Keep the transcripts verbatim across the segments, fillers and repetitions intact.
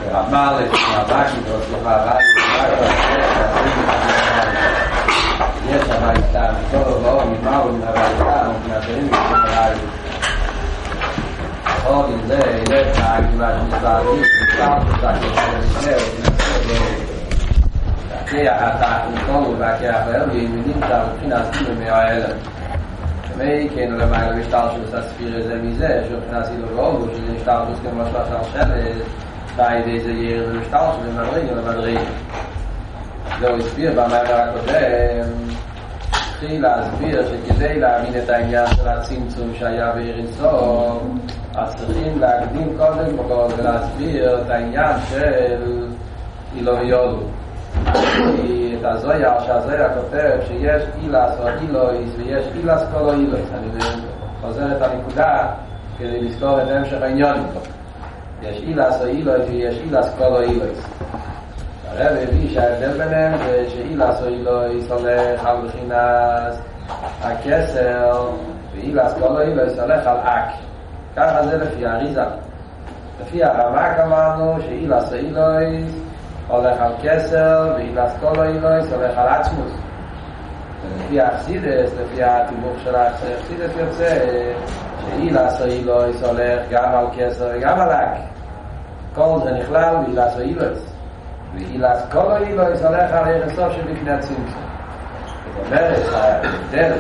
רמל את המאבקים ועושים מאבקים יש שם הייתה מכל לא ממהו מן הביתה ומאחרים ושם הרי עוד עם זה ילך מהגבולה שנתבעדים ונתבעד אותה כשם להכריח התחתון ולהכריח האלם וימינים את הבחינה סביב מהאלם שמי כן למעלה משטר שעושה ספיר איזה מזה שבחינה סביב ואוגו שזה משטר שעושה כמו שלושה שלט שתיים איזה ירד ומשטר שזה מדריג ולמדריג זהו הסביר במאמר הקודם התחיל להסביר שכדי להבין את העניין של הצמצום שהיה באריסוף אז צריכים להקדים קודם כל ולהסביר את העניין של אילו ויודו את הזויה שהזויה כותב שיש אילס או אילויס ויש אילס כל או אילויס אני חוזר את הנקודה כדי לזכור את המשך העניין יש אילס או אילויס ויש אילס כל או אילויס הרב הביא שההבדל ביניהם זה שאילס או אילויס הולך על בחינס הכסר ואילס כל או אילויס הולך על אק ככה זה לפי האריזה לפי הרמק אמרנו שאילס או אילויס הולך על כסר ואילס כל או אילויס הולך על עצמוס לפי האחסידס לפי התימוך של האחסידס יוצא שאילס או אילויס הולך גם על כסר וגם על אק כל זה נכלל באילס או אילויס ואילס כל או אילויס הולך על יחסוף שבפני הצמצום זאת אומרת ההבדל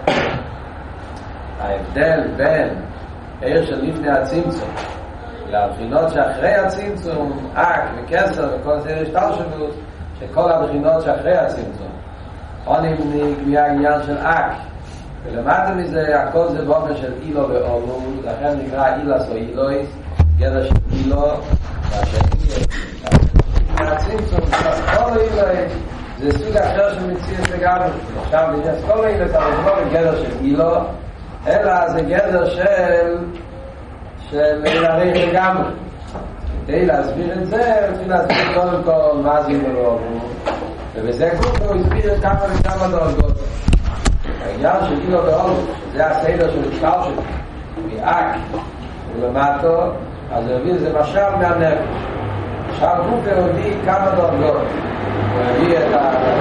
ההבדל בין עיר של לפני הצמצום לבחינות שאחרי הצמצום אק וכסר וכל זה השטר שלו שכל הבחינות שאחרי הצמצום עונים נקביע עניין של אק ולמטה מזה הכל זה באופן של אילו ואולו לכן נקרא אילס או אילויס גדר של אילו והשני הצמצום כל אילויס זה סוג אחר של מציאות לגמרי עכשיו נתייחס כל אילויס אבל זה לא בגדר של אילו אלא זה גדר של של להעריך לגמרי כדי להסביר את זה רוצים להסביר קודם כל מה זה אילו ובזה הוא הסביר כמה וכמה דרגות העניין של אילו ואולו שזה הסדר של משקל שלו מאק ולמטו אז הוא הביא זה משל מהנפש עכשיו הוא הביא כמה דרגות הוא הביא את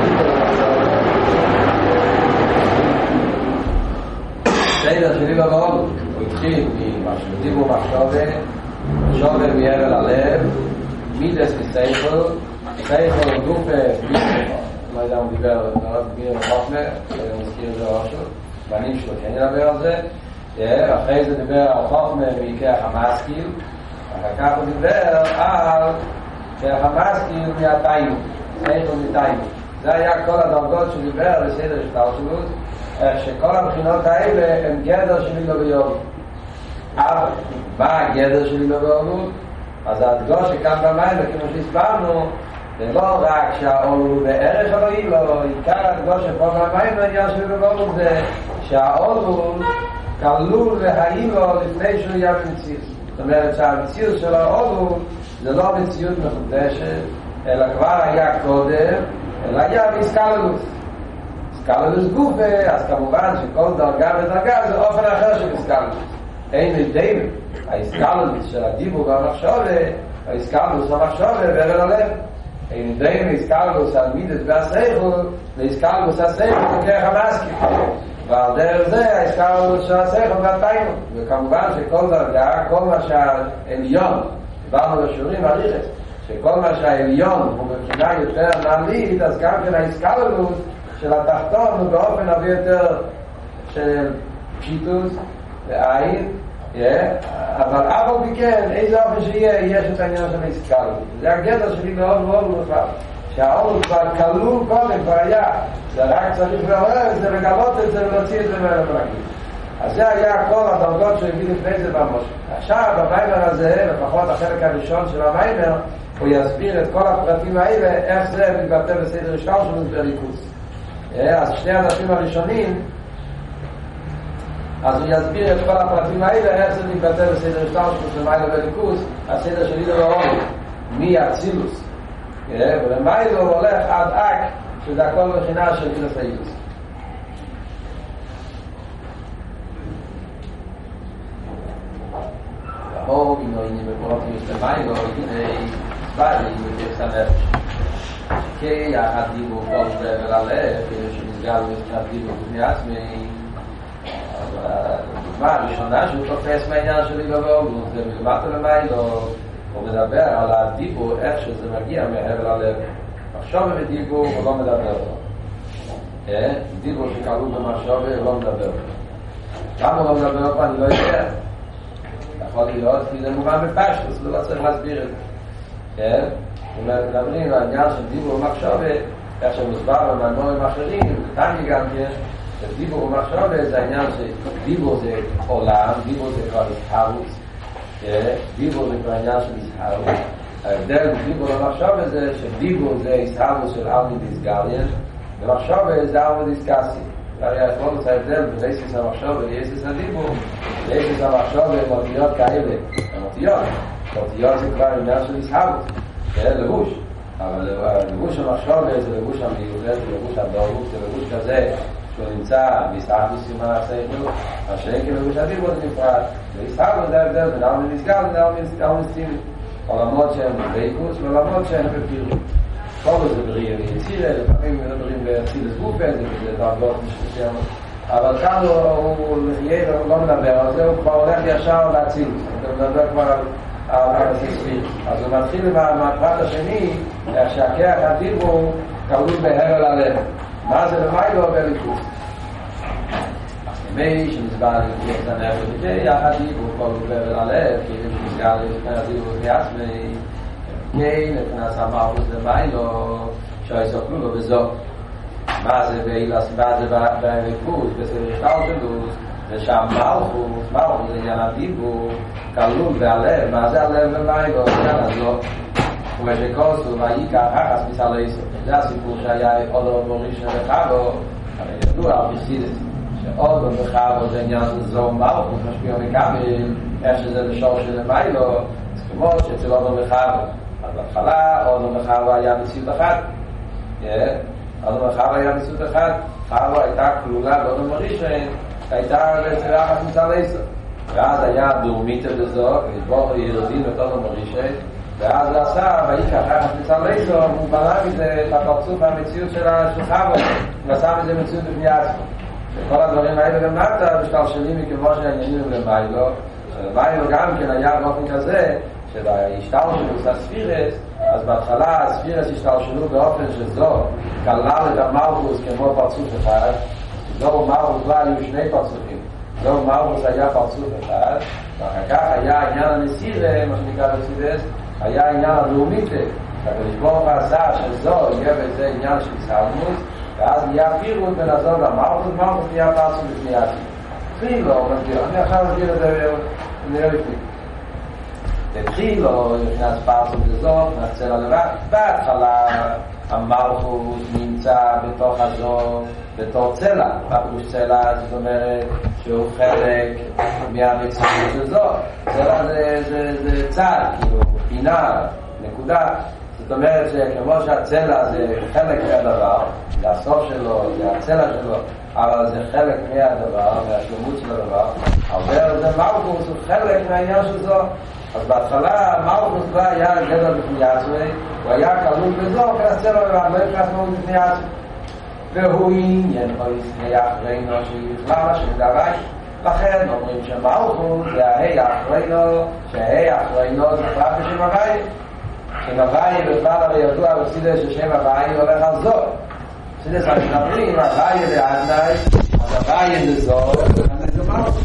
הסדר של אילו ואולו הוא התחיל מדיבור מחשבה מחשבה מירל הלב מידס וסייכל סייכל גופה לא יודע הוא דיבר מאוד בגיר וחוכמה הוא מזכיר את זה ראשו בנים שלו כן ידבר על זה אחרי זה דיבר על חוכמה מעיקח המשכיל אחר כך הוא דיבר על שהמשכיל מהטיימו סייכל מטיימו זה היה כל הדרגות שדיבר על סדר שטרשלות שכל הבחינות האלה הם גדר של אילו ויודו אבל מה הגדר של אילו ויודו? אז ההדגוש שכאן במים וכמו שהסברנו זה לא רק שהאולו הוא בערך על אילו עיקר ההדגוש שפה במים העניין של אילו ויודו זה שהאולו כלול והאילו לפני שהוא יהיה במציאות זאת אומרת שהמציאות של האולו זה לא מציאות מחודשת אלא כבר היה קודם אלא היה באסקללוס אסקללוס גופה אז כמובן שכל דרגה ודרגה זה אופן אחר של אסקללוס אין הבדל האסקללוס של הדיבור והמחשבה האסקללוס המחשבה וערל הלב אין הבדל האסקללוס על מידת והסייכל לאסקללוס הסייכל וכך המשכיל ועל דרך זה האסקללוס של הסייכל והטיימו וכמובן שכל דרגה כל מה שהעליון דיברנו בשיעורים הריחס שכל מה שהעליון הוא מבחינה יותר נעלית אז גם כן האסקללוס של התחתון הוא באופן הרבה יותר של פשיטוס ועין אבל אבו בכן איזה אופן שיהיה יש את העניין של האסקללוס זה הגדר שלי מאוד מאוד מוכר שהאור כבר כלול קודם כבר היה זה רק צריך לעורר את זה לגלות את זה ולהוציא את זה מערב רגיל אז זה היה כל הדרגות שהביא לפני זה במושך עכשיו במיימר הזה לפחות החלק הראשון של המיימר הוא יסביר את כל הפרטים האלה איך זה מתבטא בסדר השטר שלנו בליכוס אז שני הדפים הראשונים אז הוא יסביר את כל הפרטים האלה איך זה מתבטא בסדר השטר שלנו במיימר בליכוס הסדר של אידו ואורי מהצילוס ולמיימר הוא הולך עד אק שזה הכל בחינה של פילוס האילוס או בינוינים בפרוטים יש למיימר כדי ספיילי וקייס הנפש. כי הדיבור כל זה וללב, שנסגר מבחינת דיבור בפני עצמי, הדוגמה הראשונה שהוא תופס מהעניין של ליגה ואוגלות, זה מלמטה למיילו, הוא מדבר על הדיבור, איך שזה מגיע מעבר ללב. מחשוב בדיבור הוא לא מדבר לו. דיבור שקראו במחשוב הוא לא מדבר לו. למה הוא לא מדבר לו? אני לא יודע. יכול להיות, כי זה מובן בפשטוס, זה לא צריך להסביר את זה. כן? זאת אומרת, מדברים על העניין של דיבור ומחשוב, איך שמוסבר במאמרים אחרים, תניא גם כן, דיבור ומחשוב זה העניין שדיבור זה עולם, דיבור זה כבר הזהרות, דיבור זה כבר העניין של הזהרות. ההבדל בדיבור ומחשוב זה שדיבור זה הזהרות של אלמי דיסגליין, ומחשוב זה אלמי דיסקסי. הרי יכול להיות ההבדל בין איסיס המחשוב ולאיסיס הדיבור. לאיסיס המחשוב הן אותיות כאלה, הן אותיות. אותיות זה כבר עניין של הזהרות, זה לבוש. אבל לבוש המחשוב זה לבוש המיוחד, זה לבוש הדורות, זה לבוש כזה שהוא נמצא בישחקוס סימן הסייכות, השאין כלבוש הדיבור זה נפרד. וישחקוס זה ההבדל בין אלמי נסגל לאלמי סטילי. עולמות שהן בבייקוס ועולמות שהן בפירוט. כל זה בריאה ויצירה, לפעמים מדברים באצילס גופה, זה דרגות מסוימות. אבל כאן הוא לא מדבר על זה, הוא כבר הולך ישר להציל. הוא מדבר כבר על הסספיר. אז הוא מתחיל מהפרט השני, איך שהכח הדיבור כלול בהרל הלב. מה זה במיילו בליכוס? מי שנסבר לקראת הנפש וכי יחד דיבור כלול בהרל הלב, כי אם שנסגר לקראת הדיבור כעצמי, כן, נכנס המלכות למיילו, שיסוכלו לו בזאת. מה זה באילס, מה זה בליכוס, בסדר השתלשלות, ושהמלכות, מלכות זה עניין הדיבור, כלול בהלב. מה זה הלב למיילו? עניין הזאת. כמו שקוסו, ויקח החס מסלעיסו. זה הסיפור שהיה עוד מוריש וחבו, אבל ידוע על בחסידות, שעוד וחבו זה עניין של זו מלכות, משפיע מקבל, איך שזה לשור של למיילו, כמו שאצל עוד וחבו. אז בהתחלה, עוד וחבו היה מציאות אחת. עוד וחבו היה מציאות אחת. חבו הייתה כלולה בעוד מוריש, הייתה אצל החס מסלעיסו. ואז היה דורמיתא בזו, ונתבור ירדים את עוד מוריש, ואז הוא עשה, ויקח אחת מסלעיסו, הוא בנה מזה את הפרצוף והמציאות של חבו, ועשה מזה מציאות בפני עצמו. וכל הדברים האלה למטה משתלשלים מכמו שהעניינים למיילו, שלמיילו גם כן היה באופן כזה, שבהשתלשלות הספירס, אז בהתחלה הספירס השתלשלו באופן שזו כלל את המלכוס כמו פרצוף אחד, זו מלכוס לא היו שני פרצופים, זו מלכוס היה פרצוף אחד, ואחר כך היה עניין הנסירה, מה שנקרא בסיבס, היה עניין הלאומיתה, הקדוש ברוך הוא עשה שזו יהיה בזה עניין של צלמות, ואז נהיה פירוט בין הזו למלכות, מלכות נהיה פרצוף לפני עצמי. תחיל לו, אני עכשיו אסביר את זה נראה לפני. תתחיל לו, נכנס פרצוף לזו, נכנס צלע לבד, בהתחלה המלכות נמצא בתוך הזו, בתור צלע. מה פירוש צלע? זאת אומרת שהוא חלק מהמציאות של זו. צלע זה, זה, זה צד, כאילו, פינה, נקודה. זאת אומרת שכמו שהצלע זה חלק מהדבר, זה הסוף שלו, זה הצלע שלו, אבל זה חלק מהדבר, מהשלמות של הדבר, אבל זה מלכוס הוא חלק מהעניין של זו. אז בהתחלה מלכוס לא היה גדר בפני עצמי, הוא היה כלול בזו, והצלע לא נכנס מאוד בפני עצמי. והוא עניין או ישנה אחרינו שיכלל השם דווי. לכן אומרים שמלכות זה ההי אחרינו, שההי אחרינו זה פרט בשם הווי. שם הווי בכלל הרי ידוע בפסידה ששם הווי הולך על זו. פסידה שמדברים, הווי לעדנאי, אז הווי זה זו, זה מלכות.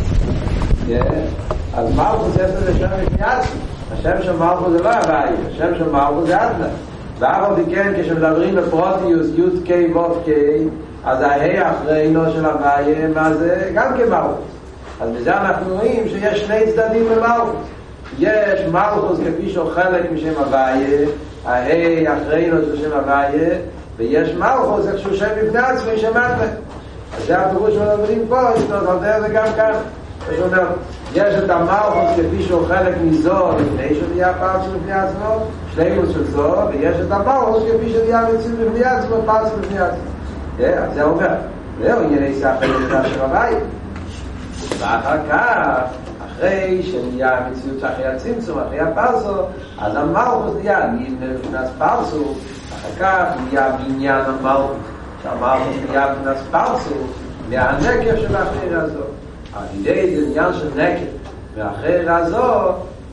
אז מלכות זה זה שם בפני עצמי. השם של מלכות זה לא הווי, השם של מלכות זה עדנאי. ואף עוד כן, כשמדברים בפרוטיוס, י' ק' ו' ק', אז ההי אחרינו של הווי, מה זה? גם כמלכות. אז בזה אנחנו רואים שיש שני צדדים למלכות. יש מלכות כפי שהוא חלק משם הווי, ההי אחרינו של שם הווי, ויש מלכות שהוא שם בפני עצמי שמעת. אז זה הפירוש שמדברים פה, יש לו על זה גם כאן. זאת אומרת, יש את המלכות כפי שהוא חלק מזו לפני שהוא נהיה פרץ לפני עצמו, שלימות של זו, ויש את המלכות כפי שנהיה מציאות לפני עצמו, פרץ לפני עצמו. אז זה אומר, זהו ענייני שכל לפני שם הווי. ואחר כך, אחרי שנהיה המציאות אחרי הצמצום, אחרי הפרסו, אז המלכות נהיה מבחינת פרסו, אחר כך נהיה בניין המלכות, שהמלכות נהיה מבחינת פרסו, מהנקב של האחר הזו. על ידי זה עניין של נקב, מהאחר הזו,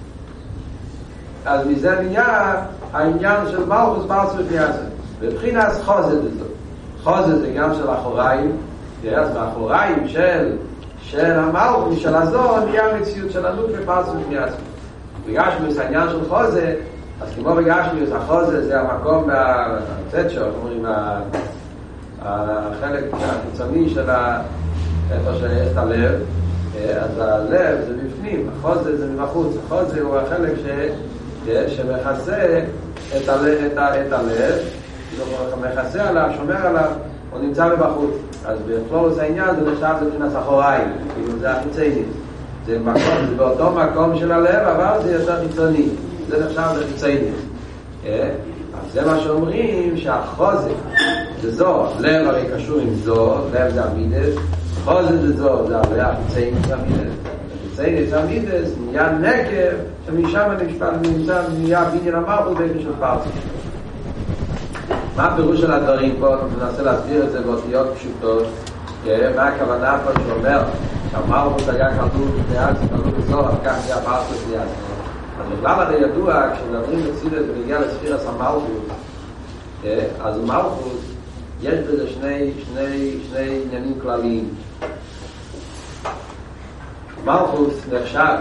אז מזה נהיה העניין של מלכות פרסו בפני הזה. בבחינת חוזת הזאת. חוזת זה גם של אחוריים, אז באחוריים של של המלכות של הזו נהיה המציאות של הנוקבה פרסו בפני עצמו. בגשמיוס העניין של חוזה, אז כמו בגשמיוס החוזה זה המקום בצאת שלו, אומרים החלק החיצוני של איפה שיש את הלב, אז הלב זה בפנים, החוזה זה מבחוץ, החוזה הוא החלק שמכסה את הלב, מכסה עליו, שומר עליו, הוא נמצא בבחוץ. אז בפלורוס העניין זה נחשב לבחינת אחוריים, כאילו זה החיצוני, זה מקום, זה באותו מקום של הלב, אבל זה יותר חיצוני, זה נחשב לחיצוני. אז זה מה שאומרים שהחוזה זה זו, לב הרי קשור עם זו, לב זה המידס, חוזה זה זו, זה הרי החיצוני זה המידס, החיצוני זה המידס, נהיה נקב שמשם נמצא, נהיה בניין המלכות באופן של פרסו. מה הפירוש של הדברים פה? ננסה להסביר את זה באותיות פשוטות. מה הכוונה פה שאומר שהמלכות היה כלול בפני עצמו, כלול בזור, על כך זה הפרסו בפני עצמו. אז בכלל הרי ידוע, כשמדברים בצידס ונגיע לספירס המלכות, אז המלכות יש בזה שני, שני, שני עניינים כלליים. מלכות נחשב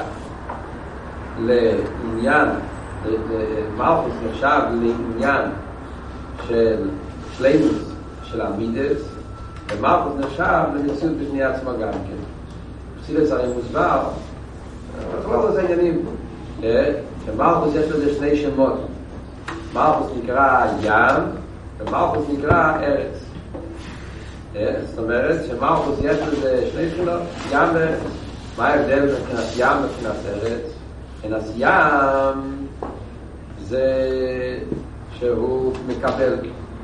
לעניין, מלכות נחשב לעניין של שלימוס של המידס, ומלכות נחשב למציאות בפני עצמו גם כן. חסידס הרי מוסבר, אבל לא זה עניינים, שמלכות יש לזה שני שמות. מלכות נקרא ים, ומלכות נקרא ארץ. זאת אומרת שמלכות יש לזה שני בחינות, ים וארץ. מה ההבדל מבחינת ים ובחינת ארץ? מבחינת ים זה שהוא מקבל,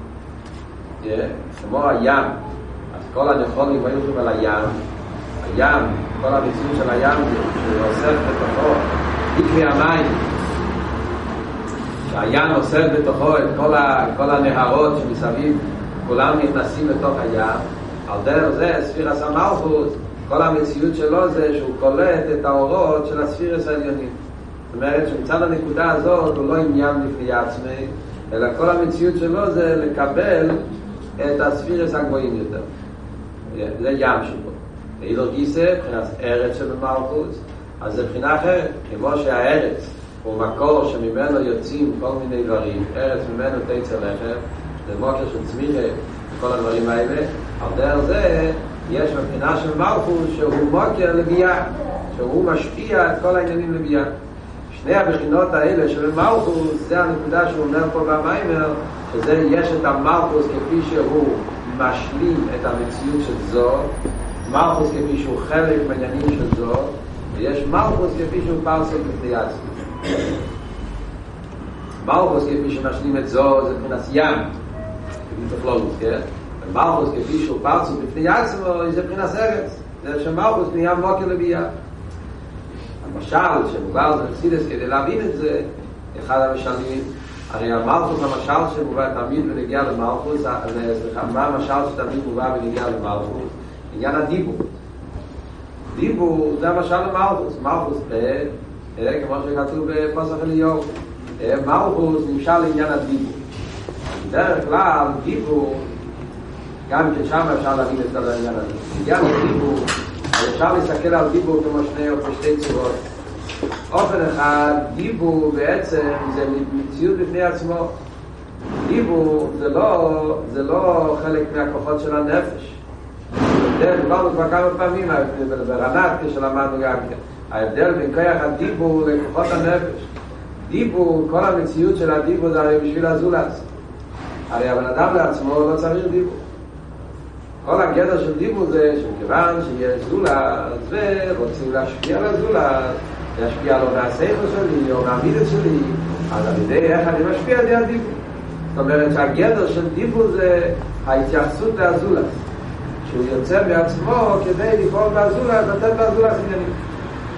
כמו הים, אז כל הנכונים היו חושבים על הים, הים, כל המציאות של הים זה שהוא אוסף בתוכו עיקרי המים, שהים אוסף בתוכו את כל, ה, כל הנהרות שמסביב, כולם נכנסים לתוך הים. על דרך זה ספירס המלכות, כל המציאות שלו זה שהוא קולט את האורות של הספירס העליונים. זאת אומרת שמצד הנקודה הזאת הוא לא עניין לפני עצמי, אלא כל המציאות שלו זה לקבל את הספירס הגבוהים יותר. זה ים שבו. אילור גיסא, מבחינת ארץ שבמלכות, אז זה מבחינה אחרת. כמו שהארץ הוא מקור שממנו יוצאים כל מיני דברים, ארץ ממנו תצא לחם, זה מוקר של צמיחה וכל הדברים האלה. על דרך זה יש מבחינה של מלכות שהוא מוקר לביאה, שהוא משפיע את כל העניינים לביאה. שני הבחינות האלה של מלכות, זה הנקודה שהוא אומר פה במיימר, שזה יש את המלכות כפי שהוא משלים את המציאות של זו, מלכות כפי שהוא חלק מעניינים של זו, ויש מלכות כפי שהוא פרסק בפני עצמו. מלכות כפי שמשלים את זו זה מבחינת ים, כפי תכלולת, כן? ומלכות כפי שהוא פרסק בפני עצמו זה מבחינת ארץ, זה שמלכות נהיה מוקר לביאה. המשל שמובא על חסידס כדי להבין את זה, אחד המשלים, הרי המלכות המשל שמובא תמיד ונגיע למלכות, מה המשל שתמיד מובא ונגיע למלכות? עניין הדיבור. דיבור זה המשל למלכות, מלכות פה, כמו שכתוב בפסח אליהו, מלכות נמשל לעניין הדיבור. בדרך כלל דיבור, גם כן שם אפשר להבין את העניין הזה. עניין הדיבור, אפשר להסתכל על דיבור כמו שני או שתי צורות. אופן אחד, דיבור בעצם זה מציאות בפני עצמו. דיבור זה לא, זה לא חלק מהכוחות של הנפש. ההבדל, דיברנו כבר כמה פעמים, ברנת כשלמדנו גם כן, ההבדל בין כוח הדיבור לכוחות הנפש. דיבור, כל המציאות של הדיבור זה הרי בשביל הזולס. הרי הבן אדם לעצמו לא צריך דיבור. כל הגדר של דיבור זה שכיוון שיש זולס ורוצים להשפיע על הזולס, להשפיע לו מהסייכו שלי או מהמידס שלי, אז על ידי איך אני משפיע על ידי הדיבור. זאת אומרת שהגדר של דיבור זה ההתייחסות להזולס, שהוא יוצא מעצמו כדי לפעול בהזולס, לתת בהזולס עניינים.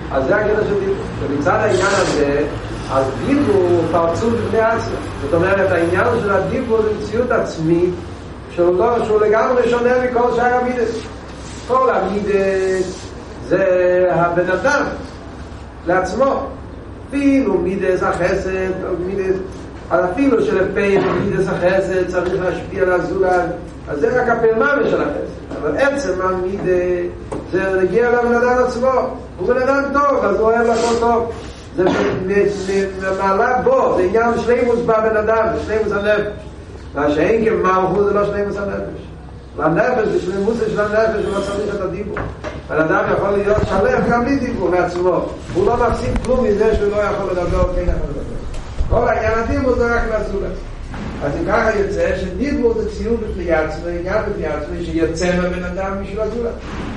אז זה הקטע של דיבור. ומצד העניין הזה, אז דיבור הוא פרצות בפני עצמו. זאת אומרת, העניין של הדיבור זה מציאות עצמית, שהוא, לא, שהוא לגמרי שונה מכל שאר המידס. כל המידס זה הבן אדם לעצמו. אפילו מידס החסד, מידס, אפילו שלפעמים מידס החסד צריך להשפיע על הזולת, אז זה רק הפעימה של החסד. אבל עצם המידה זה נגיע לבן אדם עצמו. הוא בן אדם טוב, אז הוא אוהב לכל טוב. זה מעלה בו, זה עניין שלימוס בבן אדם, זה שלימוס הנפש. מה שאין כמלכות זה לא שלימוס הנפש. והנפש זה שלימוס של הנפש, הוא לא צריך את הדיבור. בן אדם יכול להיות שלם גם בלי דיבור לעצמו. הוא לא מפסיד כלום מזה שהוא לא יכול לדבר, כן יכול לדבר. כל העניין הדיבור זה רק לזולת. אז אם ככה יוצא שדיבור זה ציור בפני עצמו, עניין בפני עצמו שיוצא מהבן אדם משל הזולת.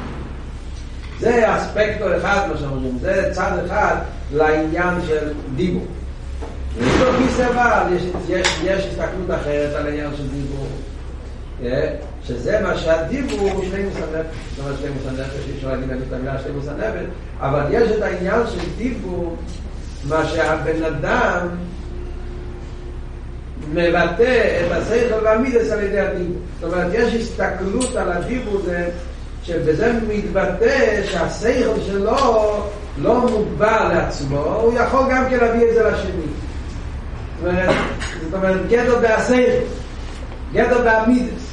זה אספקטור אחד, מה שאומרים, זה צד אחד לעניין של דיבור. דיבור כיסא אבל, יש, יש, יש הסתכלות אחרת על העניין של דיבור. שזה מה שהדיבור הוא שלימוס הנפש. זאת אומרת שלימוס הנפש, אי אפשר להגיד את המילה שלימוס הנפש, אבל יש את העניין של דיבור, מה שהבן אדם מבטא את השכל והמידס על ידי הדיבור. זאת אומרת, יש הסתכלות על הדיבור זה, שבזה מתבטא שהשכל שלו לא מוגבל לעצמו, הוא יכול גם כן להביא את זה לשני. זאת אומרת, זאת אומרת, גדר בהשכל, גדר בהמידס.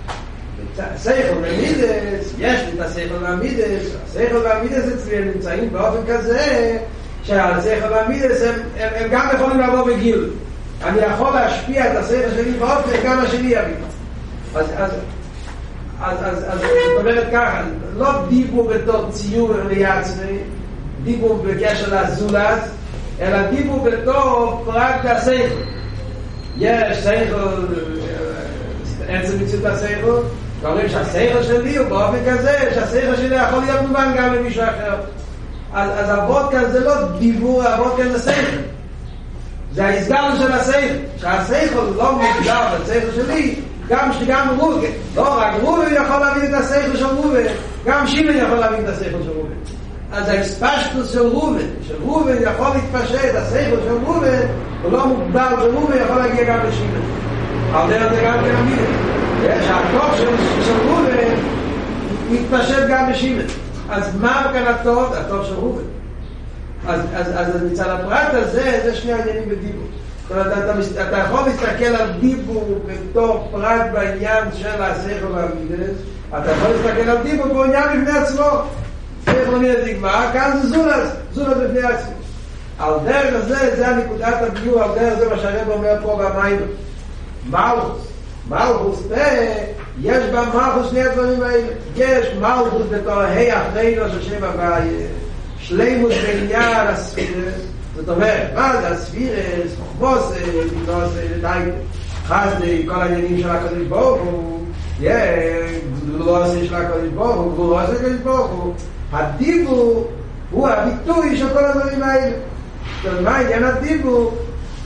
השכל והמידס, יש לי את השכל והמידס, השכל והמידס אצלי נמצאים באופן כזה, שהשכל והמידס הם, הם, הם גם יכולים לעבור בגיל. אני יכול להשפיע את השכל שלי באופן, גם השני יביא. אז, אז, אז, אז, אז, זאת אומרת ככה, לא דיבור בתור ציור לעצמי, דיבור בקשר לזולת, אלא דיבור בתור פרט השכל. יש שכל, עצם מציאות השכל, ואומרים שהשכל שלי הוא באופן כזה, שהשכל שלי יכול להיות מובן גם למישהו אחר. אז, אז עבוד כאן זה לא דיבור, עבוד כאן זה שכל. זה ההסגר של השכל, שהשכל לא מוגדר בשכל שלי, גם שגם רובה, לא רק רובה יכול להבין את השכל של רובה, גם שימן יכול להבין את השכל של רובה. אז ההספשטוס של רובה, של רובה יכול להתפשט, השכל של רובה, הוא לא מוגדר ברובה, יכול להגיע גם לשימן. על דרך זה גם כן אמירה. שהכוח של, של רובה מתפשט גם בשימן. אז מה כאן הטוב? הטוב של רובה. אז, אז, אז מצד הפרט הזה, זה שני העניינים בדיבור. זאת אומרת, אתה, אתה יכול להסתכל על דיבור בתור פרט בעניין של השכל והמידס, אתה יכול להסתכל על דיבור בעניין בפני עצמו. שכל מיני דגמה, כאן זה זולת, זולת בפני עצמו. על דרך הזה, זה הנקודת הביור, על דרך זה מה שהרב אומר פה במים. מלכוס, מלכוס, יש בה מלכוס שני הדברים האלה. יש מלכוס בתור היח נינו של שם הוואי, שלימוס בעניין הספירס. זאת אומרת, מה זה הספירס, חוכבוס, מיתוס, דייק, חסדי, כל העניינים של הקדוש ברוך הוא, גדולוסי של הקדוש ברוך הוא, גדולוסי של הקדוש ברוך הוא. הדיבור הוא הביטוי של כל הדברים האלה. זאת אומרת, מה עניין הדיבור?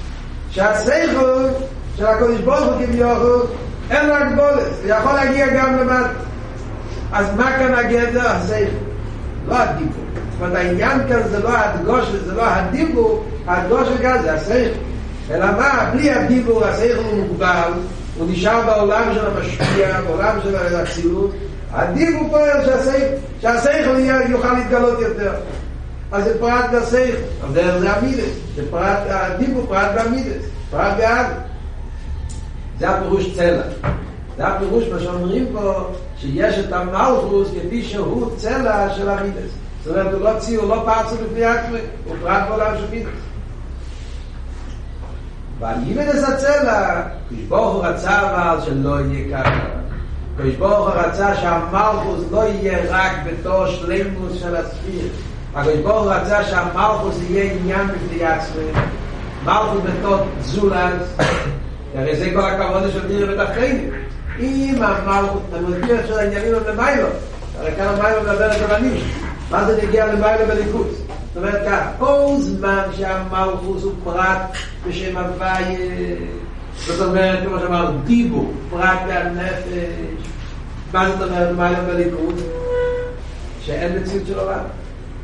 שהשכל של הקדוש ברוך הוא כביכול אין לו הגבולת, הוא יכול להגיע גם למטה. אז מה כאן הגדר? השכל, לא הדיבור. זאת אומרת, העניין כאן זה לא הדגוש, זה לא הדיבור, הדגוש כאן זה השכל. אלא מה? בלי הדיבור, השכל הוא מוגבל, הוא נשאר בעולם של המשפיע, בעולם של הצילות. הדיבור פועל שהשכל, שהשכל יוכל להתגלות יותר. אז זה פרט בשכל, אבל דרך זה המידס, זה פרט, הדיבור פרט במידס, פרט בעד. זה הפירוש צלע. זה הפירוש מה שאומרים פה, שיש את המלכוס כפי שהוא צלע של המידס. זאת אומרת, הוא לא ציור, לא פרצו בפני עצמי, הוא פרט בעולם של מידס. והימנס הצלע, כשברוך הוא רצה אבל שלא יהיה ככה. כשברוך הוא רצה שהמלכוס לא יהיה רק בתור שלימוס של הספיר. כשברוך הוא רצה שהמלכוס יהיה עניין בפני עצמי. מלכוס בתור זולת. הרי זה כל הכבוד של דירה בתחתינים. אם המלכות, אני מכיר של העניינים הם למיילו, הרי כאן המיילו מדבר את הבניש. מה זה נגיע למיילו בליכוז? זאת אומרת כך, כל זמן שהמלכות הוא פרט בשם הוואי, זאת אומרת, כמו שאמר, דיבור, פרט והנפש. מה זאת אומרת מיילו בליכוז? שאין מציאות של עולם.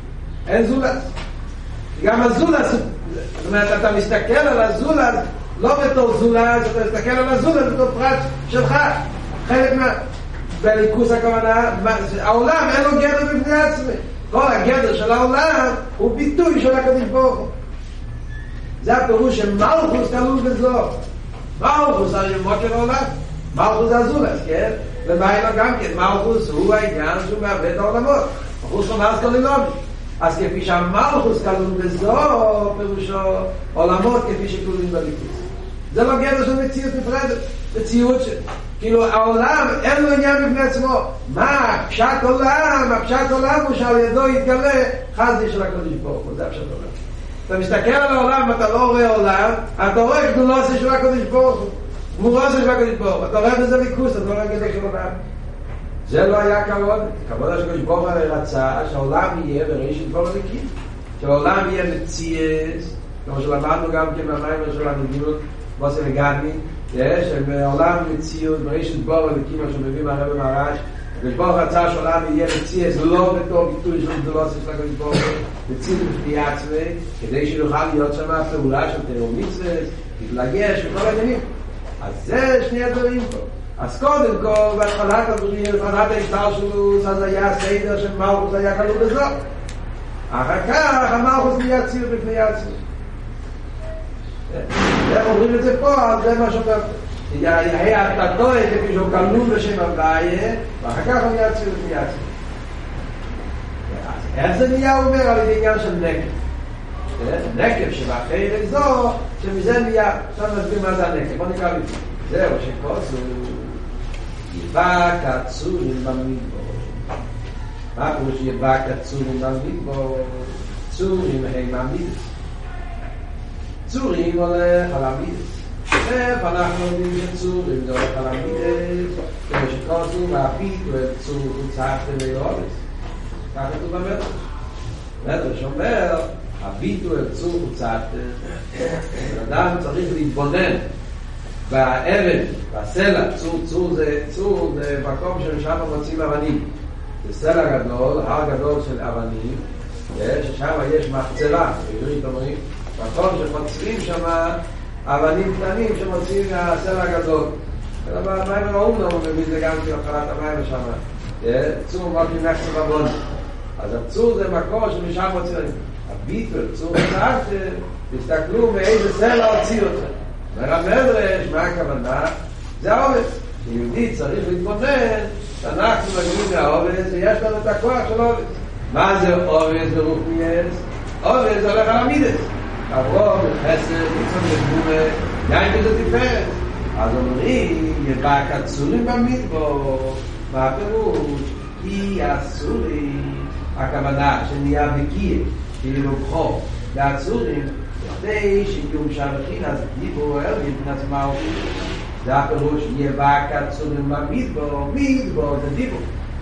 אין זולס. גם הזולס, זאת אומרת, אתה מסתכל על הזולס, לא בתור זולס, אתה מסתכל על הזולס בתור פרט שלך. חלק מה... בליכוס הכוונה, העולם אין לו גדר בפני עצמי. כל הגדר של העולם הוא ביטוי של הקדוש ברוך הוא. זה הפירוש שמלכוס כלול בזו. מלכוס הרי מוקר העולם. מלכוס זה הזולס, כן? ומה גם כן, מלכוס הוא העניין שהוא מעבד את העולמות. מלכוס הוא מאז כל אילומי. אז כפי שהמלכוס כלול בזו, פירושו עולמות כפי שכלולים בליכוס. זה לא גדר של מציאות נפרדת. מציאות של... כאילו העולם אין לו עניין בפני עצמו. מה? פשט עולם, הפשט עולם הוא שעל ידו יתגלה חסדי של הקדוש ברוך הוא. זה הפשט עולם. אתה מסתכל על העולם ואתה לא רואה עולם, אתה רואה גדולוסי של הקדוש ברוך הוא, גמורוסי של הקדוש ברוך הוא, אתה רואה בזה ליכוס, אתה לא רואה גדול של עולם. זה לא היה כבוד. כבוד של הקדוש ברוך הוא רצה שהעולם יהיה בראשית דבר הליקים, שהעולם יהיה מציאס, כמו שלמדנו גם כן במיימר של המדיניות בוסי וגדמי, שבעולם מציאות בראשית דבר הליקים, מה שמביא מהרב ומהרש, ושבור רצה שעולם יהיה מציאס לא בתור ביטוי של גדולוסי של הקדוש ברוך הוא, מציאות בפני עצמי, כדי שנוכל להיות שם פעולה של תיאור מצווה, להתלגש וכל העניינים. אז זה שני הדברים פה. אז קודם כל, בהתחלת הדברים, בהתחלת ההשתלשלות, אז היה סדר של מלכוס היה כלול בזו. אחר כך המלכוס נהיה ציור בפני עצמי. איך אומרים את זה פה, אז זה מה שאומר. היה התתוי כפי שהוא כלול בשם הוויה, ואחר כך הוא נהיה ציור בפני עצמי. איך זה נהיה אומר על ידי עניין של נקב? נקב שבאחרי זו, שמזה נהיה, עכשיו נסביר מה זה הנקב, בוא נקרא לפני. זהו, שכוסו יבק הצורים במדבר. מה פירוש יבק הצורים במדבר? צורים הם המידס. צורים הולך על המידס. איפה אנחנו יודעים שצורים זה הולך על המידס? כמו שכוסו והפית וצור וצחתם ויורס. ככה כתוב במדרש. מדרש אומר, הביטו אל צור וצחתם. אדם צריך להתבונן באבן, בסלע. צור, צור זה, צור זה מקום ששם מוצאים אבנים. זה סלע גדול, הר גדול של אבנים, ששם יש מחצלה, בעברית אומרים, מקום שמוצאים שם אבנים קטנים שמוצאים מהסלע הגדול. המים ראום לא מביא זה גם כהתחלת המים שם. צור מוקרים נחסם בבון. אז הצור זה מקום שמשם מוצאים. הביטו, צור וצחתם, תסתכלו מאיזה סלע הוציא אותם. והמדרש, מה הכוונה? זה העובס. יהודי צריך להתבונן שאנחנו מגיעים מהעובס ויש לנו את הכוח של העובס. מה זה עובס ברוך מייס? עובס זה הולך על המידס. עבור, חסר, ניצון לגבומה, יין כזה תפארת. אז אומרים, יבק הצורים במדבר. מה הפירוש? כי הצורים, הכוונה שנהיה בקיר, כאילו בחור, והצורים, כדי שיום שבחין אז דיבור אל מבחינת מלכות. זה הפירוש יבק הצורים במדבר. מדבר זה דיבור.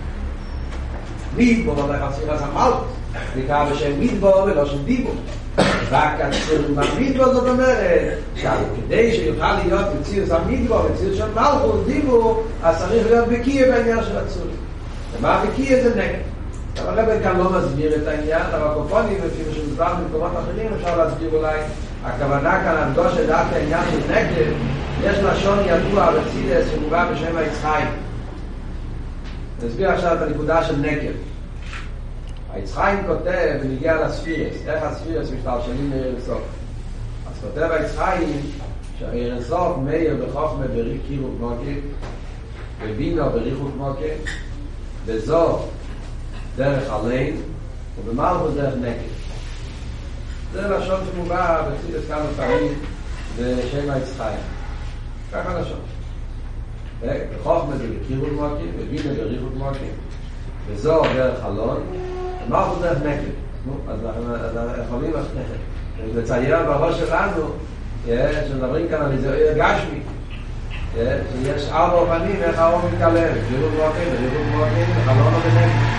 מדבר הולך על ספירת המלכות. נקרא בשם מדבר ולא שם דיבור. יבק הצורים במדבר זאת אומרת כדי שיוכל להיות מציאות המדבר, מציאות של מלכות, דיבור, אז צריך להיות בקיר בעניין של הצורים. ומה בקיר זה נגד. אבל הרב כאן לא מסביר את העניין, אבל קופונים, לפי שמדבר במקומות אחרים, אפשר להסביר אולי. הכוונה כאן, המדוש שדעת העניין של נקב, יש לשון ידוע בצידס שמובא בשם היצחיים. נסביר עכשיו את הנקודה של נקב. היצחיים כותב ונגיע לספירס, איך הספירס משתלשלים מארסוף. אז כותב היצחיים שהארסוף מאיר בחוכמה בריך קירוב מוקר, בבינו בריחוק מוקר, וזו דרך עליין, ובמלכות דרך נקב. זה לשון שמובא בצידס כמה פעמים בשם היצחיים. ככה לשון. בחוכמה זה בקירוב מוקר, בבינו בריחוק מוקר, וזו דרך עלון, ומלכות דרך נקב. אז אנחנו יכולים לצייר בראש שלנו, שמדברים כאן על איזה גשמי, שיש ארבע אופנים איך האור מתקלב, בריחוק מוקר, בריחוק מוקר, וחלון ובנקב.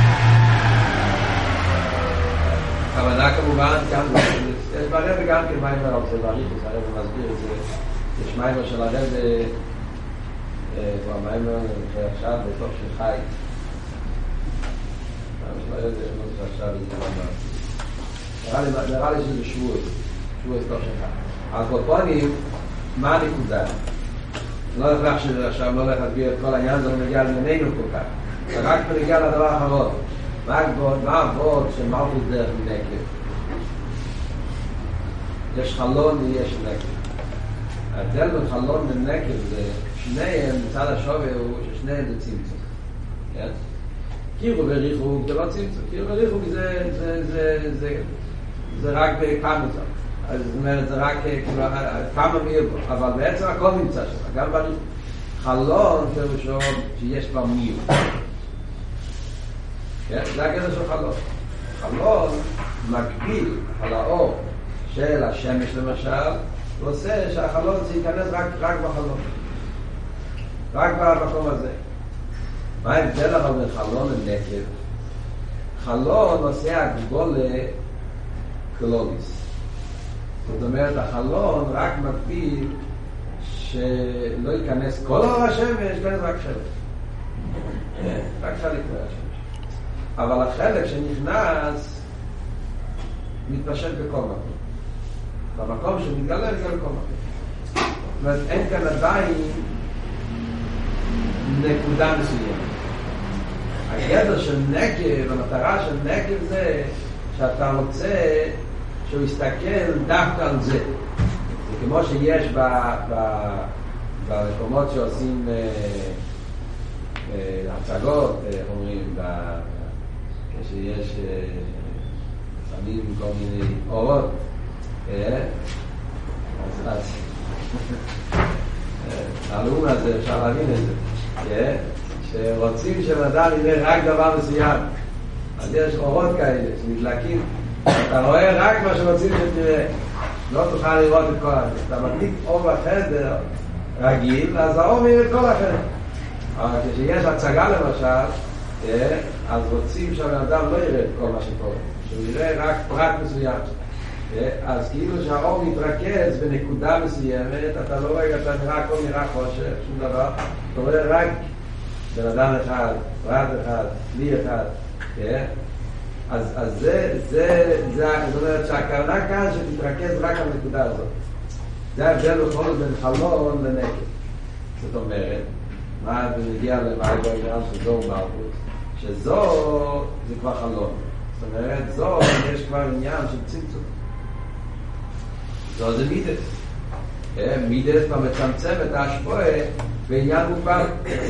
הכוונה כמובן כאן, יש ברב גם כן מיימר על זה בריחוס, הרב מסביר את זה, יש מיימר של הרב, הוא המיימר שעכשיו בתוך של חי, לא יודע, לא יודע שעכשיו זה לא נראה לי שזה שבוע, שבוע טוב שלך. על כל פונים, מה הנקודה? לא הולך להחשב עכשיו, לא הולך להסביר את כל העניין, זה לא מגיע לענייננו כל כך. רק מגיע לדבר האחרון. מה העבוד של מלכות דרך נקב? יש חלון ויש נקב. ההבדל בין חלון ונקב זה שניהם, מצד השווה הוא ששניהם זה צמצום. כן? קירו וריחוק זה לא צמצום. קירו וריחוק זה, זה, זה, זה, זה רק בכמה זאת. אז זאת אומרת, זה רק כמה מיר בו. אבל בעצם הכל נמצא שם. גם בריחוק. חלון פירושו שיש בה מיר. כן? זה הגדר של חלון. חלון מקביל על האור של השמש למשל, הוא עושה שהחלון זה ייכנס רק, רק בחלון. רק במקום הזה. מה ההבדל אבל בין חלון ונקב? חלון עושה הגבולה קלוביס. זאת אומרת, החלון רק מקביל שלא ייכנס כל אור השמש, ייכנס רק שמש. רק חלק מהשמש. אבל החלק שנכנס מתפשט בכל מקום. במקום שמתגלה מתגלה בכל מקום. זאת אומרת, אין כאן עדיין נקודה מסוימת. הגדר של נקב, המטרה של נקב זה שאתה רוצה שהוא יסתכל דווקא על זה. זה כמו שיש ב, ב, במקומות שעושים אה, אה, הצגות, איך אומרים, ב, כשיש אה, שמים כל מיני אורות, אה, אז אז הלאום הזה, אפשר להבין את זה, אה, שרוצים שבנאדם יראה רק דבר מסוים, אז יש אורות כאלה שמדלקים, אתה רואה רק מה שרוצים שתראה, לא תוכל לראות את כל הזה. אתה מדליק אור בחדר רגיל, אז האור מאיר את כל החדר. אבל כשיש הצגה למשל, אז רוצים שהאדם לא יראה את כל מה שקורה, שהוא יראה רק פרט מסוים. אז כאילו שהאור מתרכז בנקודה מסוימת, אתה לא רואה, אתה נראה, הכל נראה חושך, שום דבר, אתה רואה רק בן אדם אחד, פרט אחד, כלי אחד. אז, אז זה, זה, זה, זאת אומרת שהכוונה כאן שתתרכז רק על הנקודה הזאת. זה ההבדל בכל זאת בין חלון לנקב. זאת אומרת, מה זה מגיע למה בעניין של זו ומלכות? שזו זה כבר חלון. זאת אומרת, זו יש כבר עניין של צמצום. זו זה מידס. מידס כבר מצמצם את ההשפועה בעניין מוגבל.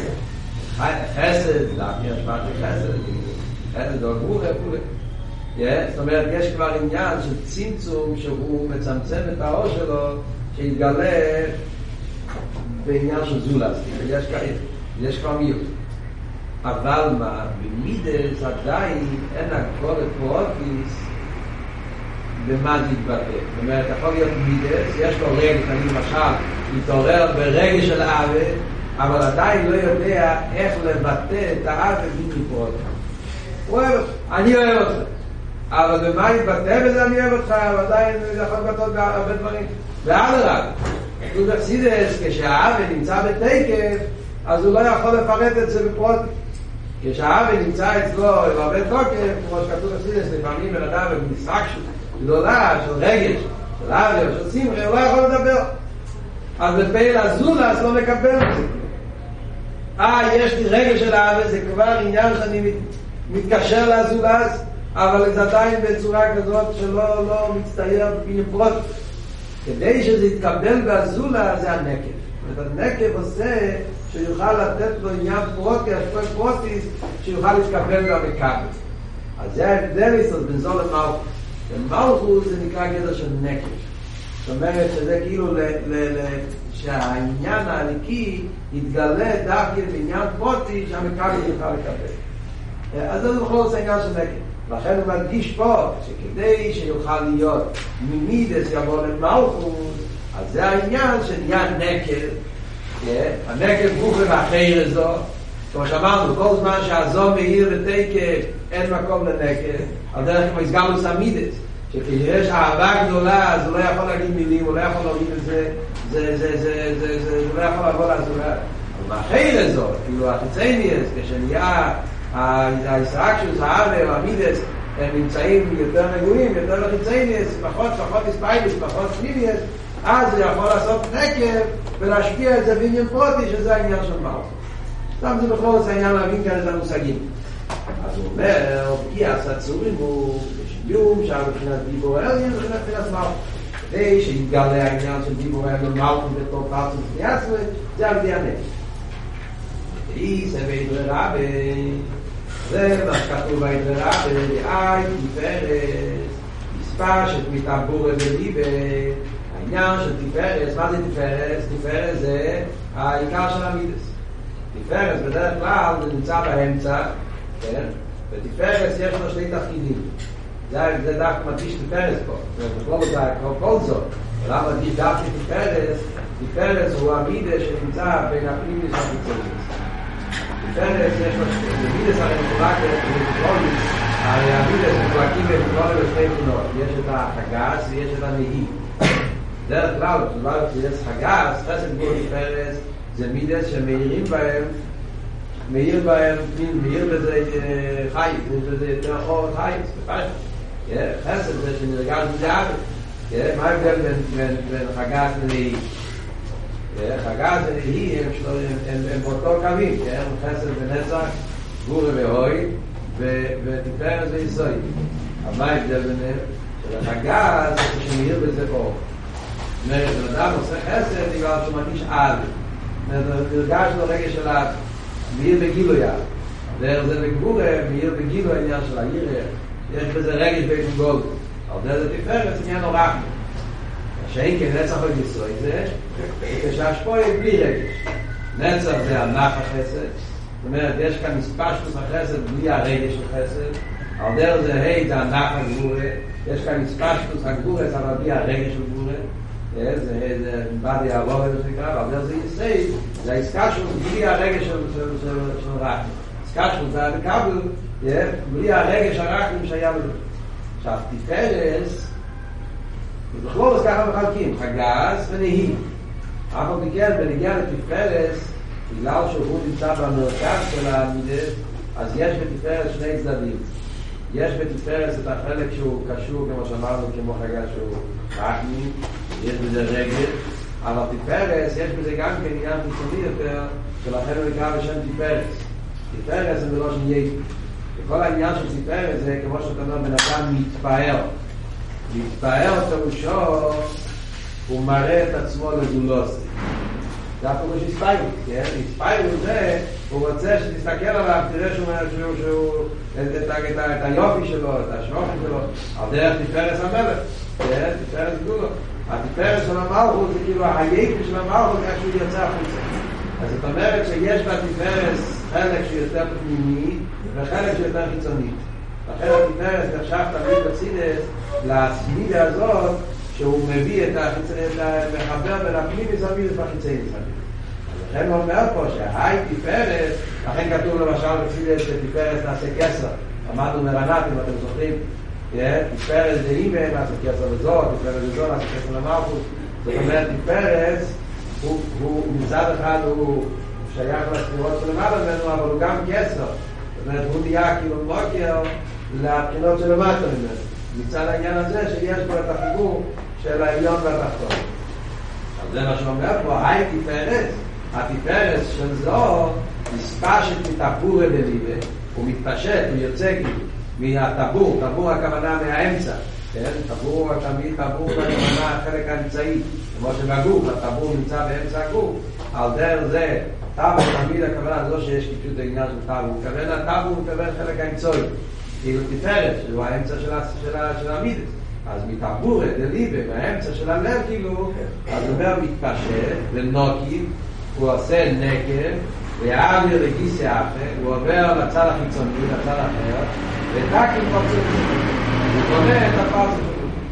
חסד, להכיר השפעת לחסד. חסד או גבול וכו'. זאת אומרת, יש כבר עניין של צמצום שהוא מצמצם את האור שלו שיתגלה בעניין של זולס. יש, יש כבר מיעוט. אבל מה? במידס עדיין אין הכל פרוטיס במה זה יתבטא. זאת אומרת, יכול להיות מידס, יש לו רגע, אני למשל, מתעורר ברגע של עוול, אבל עדיין לא יודע איך לבטא את העוול בלתי פרוטיס. הוא אוהב אותך, אני אוהב אותך. אבל במה יתבטא בזה אני אוהב אותך, אבל עדיין זה יכול לבטא בהרבה דברים. ועד הרב, הוא בחסידס, כשהעוול נמצא בתקף, אז הוא לא יכול לפרט את זה בפרוטיס. כשהעוול נמצא אצלו בהרבה תוקף, כמו שכתוב בחסידס, לפעמים בן אדם במשחק גדולה של רגש, של עוול, של שמחה, הוא לא יכול לדבר. אז בפעיל הזולס לא מקבל את זה. אה, יש לי רגש של העוול, זה כבר עניין שאני מתקשר לזולס, אבל זה עדיין בצורה כזאת שלא לא מצטייר בפרוט. כדי שזה יתקבל בזולס, זה הנקב. הנקב עושה שיוכל לתת לו עניין פרוטי, השפוי פרוטיס, שיוכל להתקבל גם בכבל. אז זה ההבדל יסוד בין זו למלכות. ומלכות זה נקרא גדר של נקב. זאת אומרת שזה כאילו ל, ל, ל, שהעניין העניקי יתגלה דווקא בעניין פרוטי שהמקבל יוכל לקבל. אז זה בכל זאת העניין של נקב. לכן הוא מדגיש פה שכדי שיוכל להיות ממידס יבוא למלכות, אז זה העניין שנהיה נקב. הנקב ברוך למאחר זו, כמו שאמרנו, כל זמן שהזו מאיר ותקף אין מקום לנקב, על דרך כמו הסגרנו סמידס, שכשיש אהבה גדולה אז הוא לא יכול להגיד מילים, הוא לא יכול להגיד את זה, זה, זה, זה, זה, זה, הוא לא יכול לבוא לעזור. אבל מאחר זו, כאילו החיצניאס, כשנהיה הישרקשוס, הערב, המידס, הם נמצאים יותר נגועים, יותר לחיצייניס, פחות פחות הספייליס, פחות פנימיס, אז הוא יכול לעשות נקב ולהשפיע את זה בעניין פרוטי, שזה העניין של מלכות. סתם זה בכל זאת העניין להבין כאן את המושגים. אז הוא אומר, פגיעס הצורים הוא בשביום, שעל מבחינת דיבור העליין, מבחינת מבחינת מלכות. כדי שיתגלה העניין של דיבור העליין מלכות בתור פרט ופגיעס, זה על ידי הנפש. ואי סבי דררה ב... זה מה שכתוב בהדררה בלעי תפארס מספר שמתעבור בליבה העניין של תפארס. מה זה תפארס? תפארס זה העיקר של המידס. תפארס בדרך כלל זה נמצא באמצע, כן? ותפארס יש לו שני תפקידים. זה, זה דווקא מדגיש תפארס פה, ובכל זה כל זאת. למה מדגיש דווקא תפארס? תפארס הוא המידס שנמצא בין הפנימיס והחיצוניות. תפארס יש לו מידס הרי מחולק בקטרולים, הרי המידס מחולקים בקטרולים בשתי תכונות. יש את החגס ויש את הנהי. דרך כלל, כשיש חגס, חסד גבול תפארס זה מידס שמאירים בהם, מאיר בהם, מאיר בזה חי, יש בזה יותר אור חי, חסד זה שנרגש בזה אבד. מה ההבדל בין חגס לנהי? חגס ונהי הם באותו קווים, חסד ונצח, גבורה והוי, ותפארס ויסוי. אבל מה ההבדל ביניהם? שלחגס זה שמאיר בזה אור. זאת אומרת, אדם עושה חסד בגלל שהוא מרגיש על. נרגש לו רגע של מאיר בגילוי על. דרך זה בגבורה, מאיר בגילוי העניין של העיר, יש בזה רגש בין גול. אבל דרך זה תפארס עניין הוא רחמי. שאין כנצח וגיסוי זה כשהשפוע בלי רגש. נצח זה ענף החסד, זאת אומרת יש כאן מספשטוס החסד בלי הרגש של חסד. על דרך זה היי זה ענף הגבורה, יש כאן מספשטוס הגבורה אבל בלי הרגש של גבורה, זה בדי העבור ונקרא. ועל דרך זה יסי זה העסקה שלו בלי הרגש של רחם. העסקה שלו זה הקבל בלי הרגש הרחם שהיה לו. עכשיו תפארס ובכלול אז ככה מחלקים, חגס ונהי. אבל בגלל בנגיע לתפארס, בגלל שהוא נמצא במרכז של המידס, אז יש בתפארס שני צדדים. יש בתפארס את החלק שהוא קשור, כמו שאמרנו, כמו חגס שהוא רחמי, יש בזה רגל, אבל תפארס יש בזה גם כן עניין חיצוני יותר, שלכן הוא נקרא בשם תפארס. תפארס זה בלושן יפי. וכל העניין של תפארס זה כמו שאתה אומר, בן אדם מתפאר. להתפאר פירושו הוא מראה את עצמו לגולוסי. זה הפירוש הספיירות, כן? הספיירות זה, הוא רוצה שתסתכל עליו, תראה שהוא את היופי שלו, את השרופי שלו, על דרך תפארס המלך, כן? תפארס גולו. התפארס של המלכות זה כאילו היפי של המלכות איך שהוא יוצא החוצה. אז זאת אומרת שיש בתפארס חלק שהוא יותר פנימי וחלק שהוא יותר חיצוני. לכן התפארס נחשב תמיד בצינס לסמידה הזאת שהוא מביא את המחבר בין הפנימיס והמידס והחיצייניס. לכן הוא אומר פה שהי תפארס, לכן כתוב למשל בצינס שתפארס נעשה כסר. אמרנו מרנת אם אתם זוכרים, תפארס דהימה נעשה כסר לזאת, תפארס לזאת נעשה כסר למלכות. זאת אומרת תפארס הוא מצד אחד הוא שייך לספירות של למעלה ממנו, אבל הוא גם כסר. זאת אומרת הוא נהיה כאילו מוקר לבחינות של למטה ממנו. מצד העניין הזה שיש פה את החיבור של העליון והתחתון. אז זה מה שאומר פה, היי תפארס, התפארס של זו מספשת מטבור בליבה, הוא מתפשט, הוא יוצא מהטבור, טבור הכוונה מהאמצע, כן? טבור תמיד טבור הכוונה החלק האמצעי, כמו שבגוף, הטבור נמצא באמצע הגוף, על דרך זה, טבור תמיד הכוונה זו שיש קיפשות העניין של טבור, כוונה הטבור מקבל חלק האמצעי, כאילו תפארס, שהוא האמצע של המידס. אז מתעבורת דליבה, מהאמצע של הלב כאילו, אז הוא אומר מתפשט ונוקי, הוא עושה נקב, ויעביר לגיסי אחר, הוא עובר לצד החיצוני, לצד אחר, ותקים פרצות. הוא קונה את הפרצות.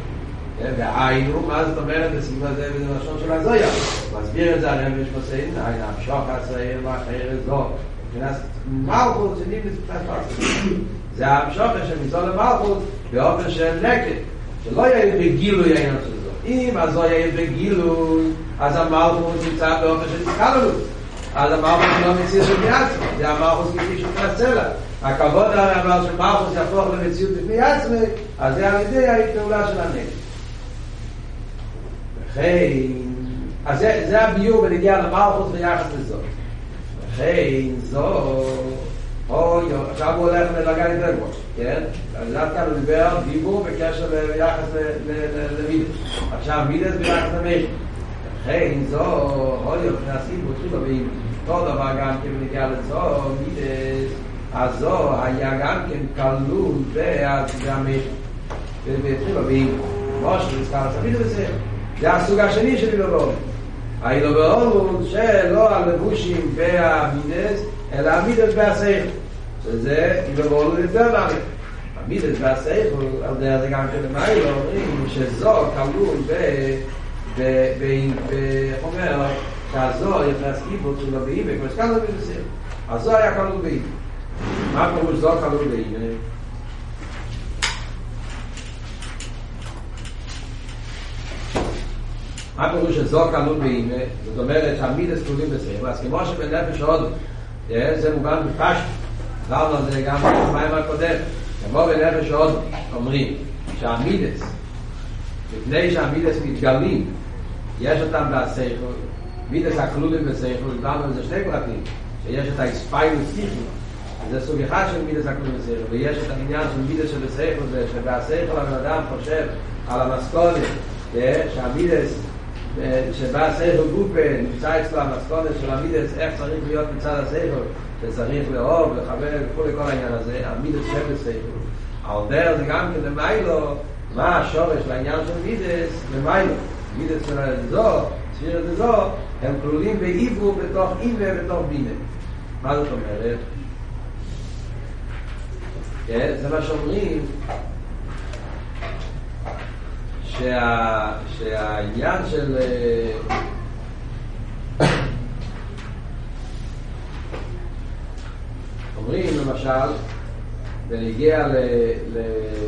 והיינו, מה זאת אומרת, בסיום הזה וזה לשון של הזויה. מסביר את זה הרב משפסיין, היינו המשוך הצעיר ואחרת זו. מבחינת מלכות שנים לצפת פרצות. זה המשוך שמזו למלכות באופן של נקב. שלא יהיה בגילוי העניין של זו. אם אז לא יהיה בגילוי, אז המלכות נמצא באופן של התקללות. אז המלכות לא מציא של מעצמה. זה המלכות כפי של הסלע. הכבוד אבל שמלכות יהפוך למציאות בפני עצמי, אז זה על ידי ההתעולה של הנפש. לכן, אז זה, זה הביור בנגיע למלכות ויחס לזאת. לכן, זו, אוי, עכשיו הוא הולך לדרגה יותר גבוהה, כן? אז עד כאן הוא דיבר דיבור בקשר ליחס למידס. עכשיו מידס ביחס למייך. לכן, זו, אוי, נכנסים בוטחים בבאים. אותו דבר גם כן בנגיע לזו, מידס, אז זו היה גם כן כלול והמייך. ובתחיל בבאים, מושך, נזכר, תמיד בזה. זה הסוג השני של אילוברות. האילוברות שלא הלבושים והמידס, אלא המידס והשכל. שזה אילוברות יותר נעלה. המידס והשכל, על זה גם כן למעלה, אומרים שזו כלול ב... איך אומר, שהזו יחס איבוד של הבאים, וכמו שכאן זה בסדר. אז זו היה כלול באים. מה פירוש זו כלול באים? מה פירוש שזו כלול באימה? זאת אומרת שהמידס כלולים בסדר. אז כמו שבנפש עוד, זה מובן בפשט. דברנו על זה גם במים הקודם. כמו בנפש עוד אומרים שהמידס, לפני שהמידס מתגלים, יש אותם בסדר. מידס הכלולים בסדר, דברנו על זה שני פרטים. שיש את האספיילוס סיכי, זה סוג אחד של מידס הכלולים בסדר. ויש את העניין של מידס של בסדר, זה שבסדר הבן אדם חושב על המסכונת, שהמידס שבא הסייכל גופה נמצא אצלו המסכונת של המידס איך צריך להיות מצד הסייכל שצריך לאהוב, לחבר וכל כל העניין הזה המידס של הסייכל על דרך זה גם כן למיילו מה השורש לעניין של מידס למיילו מידס של הזו ספירת הזו הם כלולים בעיבו בתוך אימה ובתוך בינה מה זאת אומרת? כן, זה מה שאומרים שה, שהעניין של אומרים למשל בנגיע ל ל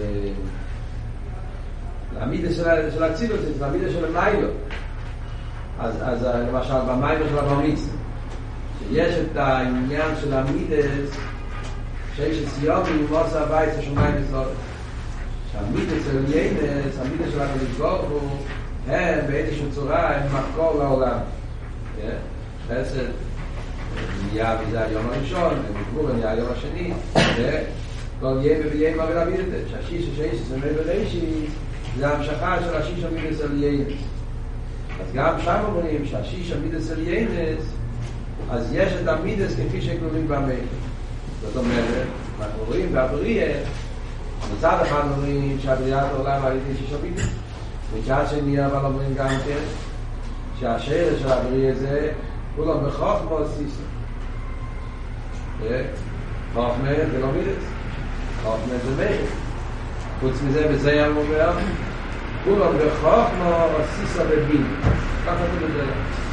למידה של של הצילות, למידה של המיילו אז, אז למשל במיילו של הממיץ שיש את העניין של המידס שיש סיומים ומוסה הבית ששומעים לסורת שהמידס של ינס, המידס של הקדוש ברוך הוא, הם באיזושהי צורה הם מקור לעולם. חסד נהיה מזה היום הראשון, וגבור נהיה היום השני, וכל ימי וימי אבל המידס, שהשיש השיש סמי ולאישי, זה המשכה של השיש המידס של ינס. אז גם שם אומרים שהשיש המידס של ינס, אז יש את המידס כפי שכלולים במי. זאת אומרת, אנחנו רואים בעבריה, מצד אחד אומרים שהבריאת העולם על ידי שיש המידס מצד שני אבל אומרים גם כן שהשרש של הבריאה זה כולם בחוכמה סיסו חוכמה זה לא מידס חוכמה זה מידס חוץ מזה בזה הם אומר כולם בחוכמה סיסו בבין ככה זה בזה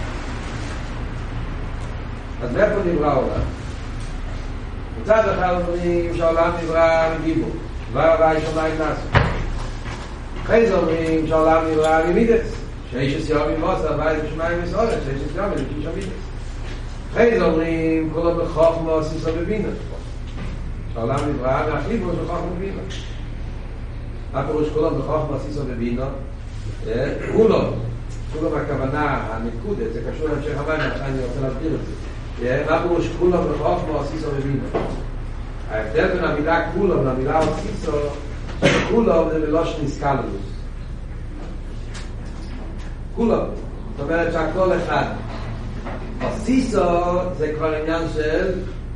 אז מאיפה נברא העולם? מצד אחד אומרים שהעולם נברא מגיבור דבר הבא שמיים נעשו אחרי זה אומרים שהעולם נברא ממידס שיש הסיום עם מוסר הבית בשמיים מסעודת שיש הסיום עם מקיש המידס אחרי זה אומרים כולם בחוכמה סיסו בבינה שהעולם נברא מהחיבור של חוכמה בבינה מה פירוש כולם בחוכמה סיסו בבינה? כולם כולם הכוונה הנקודת זה קשור להמשך המים אני רוצה להסביר את זה מה פירוש כולם בחוכמה סיסו בבינה? ההבדל בין המילה כולם למילה סיסו כולם זה מלושן איסקלוס כולם זאת אומרת שהכל אחד הסיסו זה כבר עניין של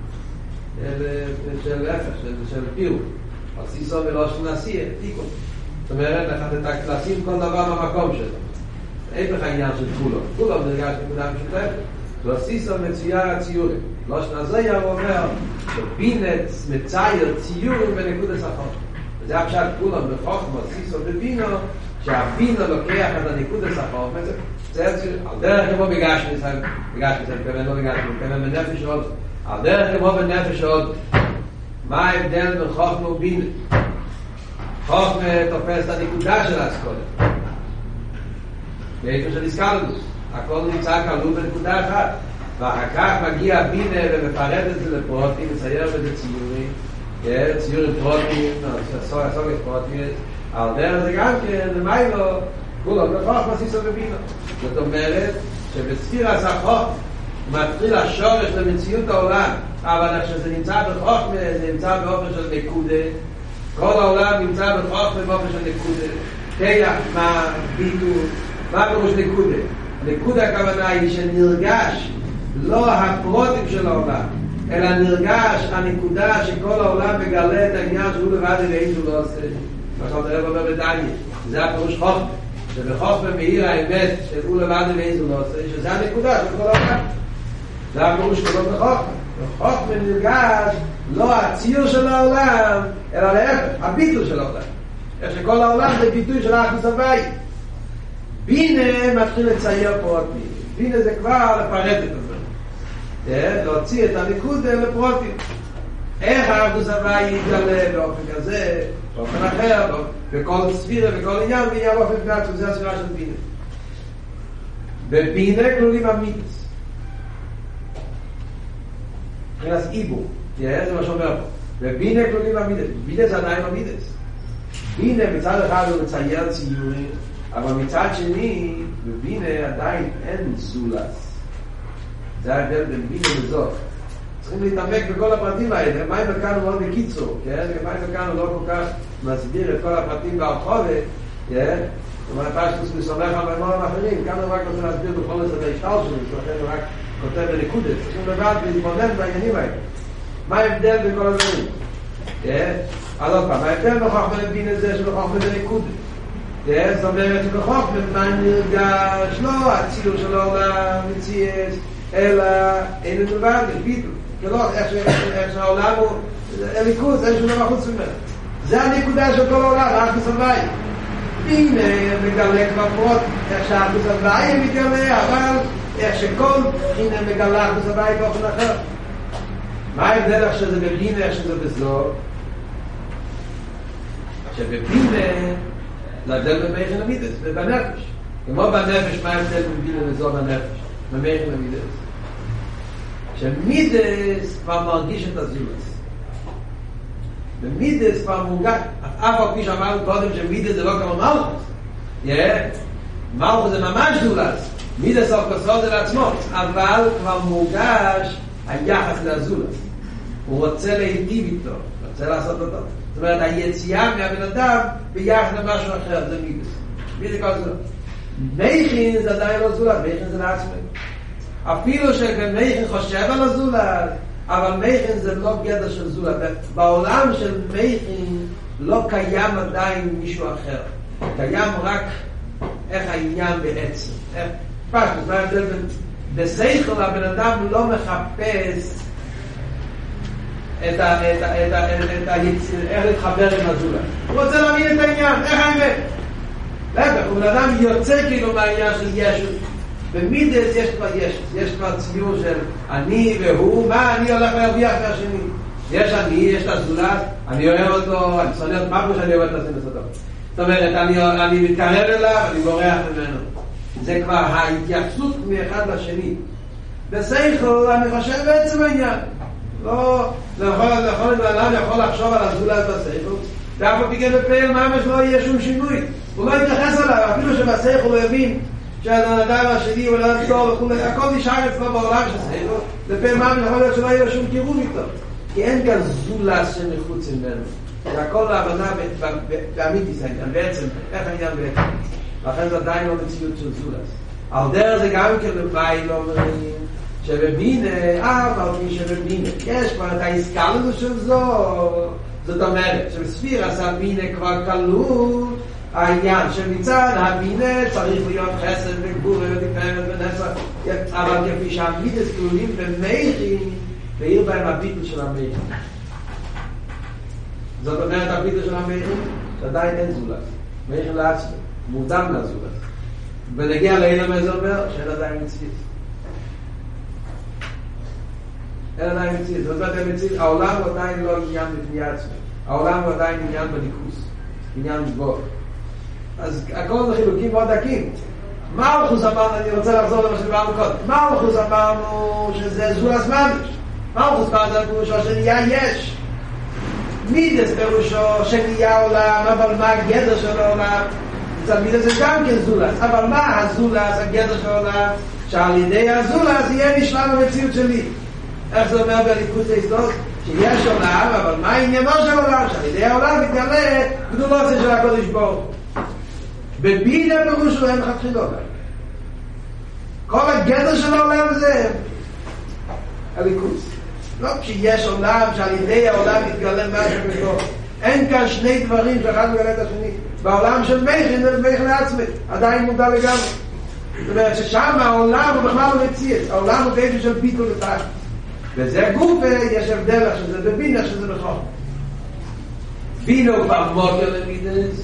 של אפס של פיור הסיסו מלושן נסיע תיקון זאת אומרת לשים כל דבר במקום שלו אין לך עניין של כולם כולם זה גם נקודה משותפת והסיסו מצויר הציורים לא שנזיה הוא אומר שבינת מצייר ציורים בנקוד השחור וזה הפשט כולם בחוכמה סיסו בבינו שהבינו לוקח את הנקוד השחור זה על דרך כמו בגש ניסן בגש ניסן כמובן לא בגש כמובן בנפש עוד על דרך כמו בנפש עוד מה ההבדל בין חוכמה ובינה חוכמה תופס את הנקודה של האסכולה באיפה של איסקלדוס הכל נמצא כלול בנקודה אחת ואחר כך מגיע בינה ומפרט את זה לפרוטים, מצייר בזה ציורים ציור פרוטים, סוג פרוטים, על דרך זה גם כן, למיילו, כולו, בכוח מסיסו ובינו. זאת אומרת, שבספיר הסחוק, מתחיל השורש למציאות העולם, אבל כשזה נמצא בחוכמה, זה נמצא באופן של נקודה, כל העולם נמצא בחוכמה באופן של נקודה. כיח, מה ביטול, מה פירוש נקודה? נקודה הכוונה היא שנרגש לא הפרוטים של העולם, אלא נרגש הנקודה שכל העולם מגלה את העניין שהוא לבד ואין שהוא לא עושה. מה שאתה הרב אומר בדניה, זה הפירוש חוכמה, שבחוכמה מאיר האמת שהוא לבד ואין שהוא לא עושה, שזה הנקודה של כל העולם. זה הפירוש כזאת בחוכמה. בחוכמה נרגש לא הציור של העולם, אלא להפך, הביטול של העולם. איך שכל העולם זה ביטוי של האחדות הבית. בינה מתחיל לצייר פרוטים. בינה זה כבר לפרט את זה. להוציא את הנקודה לפרוטים. איך האחדות הבית יתגלה באופן כזה, באופן אחר, בכל ספירה, בכל עניין, ויהיה באופן פנאט, שזה הספירה של בינה. בבינה כלולים המיתוס. מבחינת איבור. זה מה שאומר פה. בבינה כלולים המיתוס. בינה זה עדיין המיתוס. בינה מצד אחד הוא מצייר ציורים, אבל מצד שני, בבינה עדיין אין זולס. זה ההבדל בין בינה וזאת. צריכים להתעמק בכל הפרטים האלה. מים וכאן הוא מאוד בקיצור, כן? מים וכאן הוא לא כל כך מסביר את כל הפרטים בהרחובת, כן? זאת אומרת, פשטוס מסומך על מימורים אחרים, כאן הוא רק רוצה להסביר בכל זאת ההשתל שלו, שלכן הוא רק כותב בנקודת. צריכים לבד להתמודד בעניינים האלה. מה ההבדל בין כל הדברים? כן? אז עוד פעם, ההבדל בחוכמה לבין זה שבחוכמה זה נקודה. זאת אומרת שבחוכמה מה נרגש לא הציור של העולם מציאס, אלא אין לבד, יש ביטול. איך שהעולם הוא הליכוז, אין שום דבר חוץ ממנו. זה הנקודה של כל העולם, האחדות הבית. הנה מגלה כבר פרוט, איך שהאחדות הבית מתגלה, אבל איך שכל הנה מגלה האחדות הבית באופן אחר. מה ההבדל איך שזה בבינה, איך שזה בזור? שבבינה זה ההבדל במייכן המידס, בנפש. כמו בנפש, מה ההבדל בבינה וזור בנפש? במייכן המידס. שמידס כבר מרגיש את הזולס. במידס כבר מורגש, אף על פי שאמרנו קודם שמידס זה לא כמו מלכוס. מלכוס זה ממש זולס. מידס אוף כוסו זה לעצמו, אבל כבר מורגש היחס לזולס. הוא רוצה להיטיב איתו, רוצה לעשות אותו. זאת אומרת, היציאה מהבן אדם ביחד למשהו אחר, זה מידס. מידס כל זולס. מייכין זה עדיין לא זולס, מייכין זה לעצמנו. אפילו שמייכין חושב על הזולת, אבל מייכין זה לא גדר של זולת. בעולם של מייכין לא קיים עדיין מישהו אחר. קיים רק איך העניין בעצם. פשוט, מה ההבדל? בסייכל הבן אדם לא מחפש את ה... את ה... את ה... את ה... איך להתחבר עם הזולת. הוא רוצה להבין את העניין, איך האמת? להפך, הוא בן אדם יוצא כאילו מהעניין של ישו. במידס יש כבר יש, יש כבר ציור של אני והוא, מה אני הולך להרוויח מהשני. יש אני, יש את הזולת, אני אוהב אותו, אני שונא אותו, מה פה שאני אוהב את הסינס אותו. זאת אומרת, אני, אני מתקרב אליו, אני בורח ממנו. זה כבר ההתייחסות מאחד לשני. בסייכל, אני חושב בעצם העניין. לא, לא יכול, לא יכול, לא יכול לחשוב על הזולת בסייכל, ואף פיקן בפעיל ממש לא יהיה שום שינוי. הוא לא יתייחס עליו, אפילו שבסייכל הוא יבין שהאדם השני הוא לא טוב וכולי, הכל נשאר אצלו בעולם שסייכו, לפעמים מה יכול להיות שלא יהיה לו שום קירוב איתו, כי אין כאן זולס שמחוץ ממנו, זה הכל להבנה באמיתיס העניין, בעצם, איך העניין בעצם, לכן זה עדיין לא מציאות של זולס. על דרך זה גם כן לבית לא אומרים, שבבינה, אה, מרמי שבבינה, יש כבר את ההסכלנו של זו, זאת אומרת, שבספיר עשה בינה כבר כלול, העניין שמצד הבינה צריך להיות חסד וגבור ותפארת ונסר, אבל כפי שהמידס כלולים במייכין, בעיר בהם הביטל של המייכין. זאת אומרת הביטל של המייכין שעדיין אין זולס, מייכין לעצמו, מודם לזולס. ונגיע לאילם הזה אומר שאין עדיין מציאות. אין עדיין מציאות, זאת אומרת המציאות, העולם הוא עדיין לא עניין בפני עצמו, העולם הוא עדיין עניין בליכוס, עניין בו. אז הכל זה חילוקים מאוד דקים. מלכוס אמרנו, אני רוצה לחזור למה שדיברנו קודם, מלכוס אמרנו שזה זולס ממש. מלכוס פעם זה פירושו שנהיה יש. מידס פירושו שנהיה עולם, אבל מה הגדר של העולם? אצל מידס זה גם כן זולס, אבל מה הזולס, הגדר של העולם? שעל ידי הזולס יהיה נשלם המציאות שלי. איך זה אומר בליכוז ההיסטוריה? שיש עולם, אבל מה עניינו של עולם? שעל ידי העולם מתגלה גדולו של הקודש ברוך. בבינה פירושו אין חתחילות. כל הגדר של העולם זה הליכוז. לא כשיש עולם שעל ידי העולם מתגלה משהו בתוך. אין כאן שני דברים שאחד מגלה את השני. בעולם של מייכן זה מייכן לעצמי, עדיין מודע לגמרי. זאת אומרת ששם העולם הוא בכלל לא מציץ, העולם הוא גדר של ביטול ותחת. וזה גוף, יש הבדל שזה בבינה, שזה בכלל. בינה הוא כבר מוקר למידס.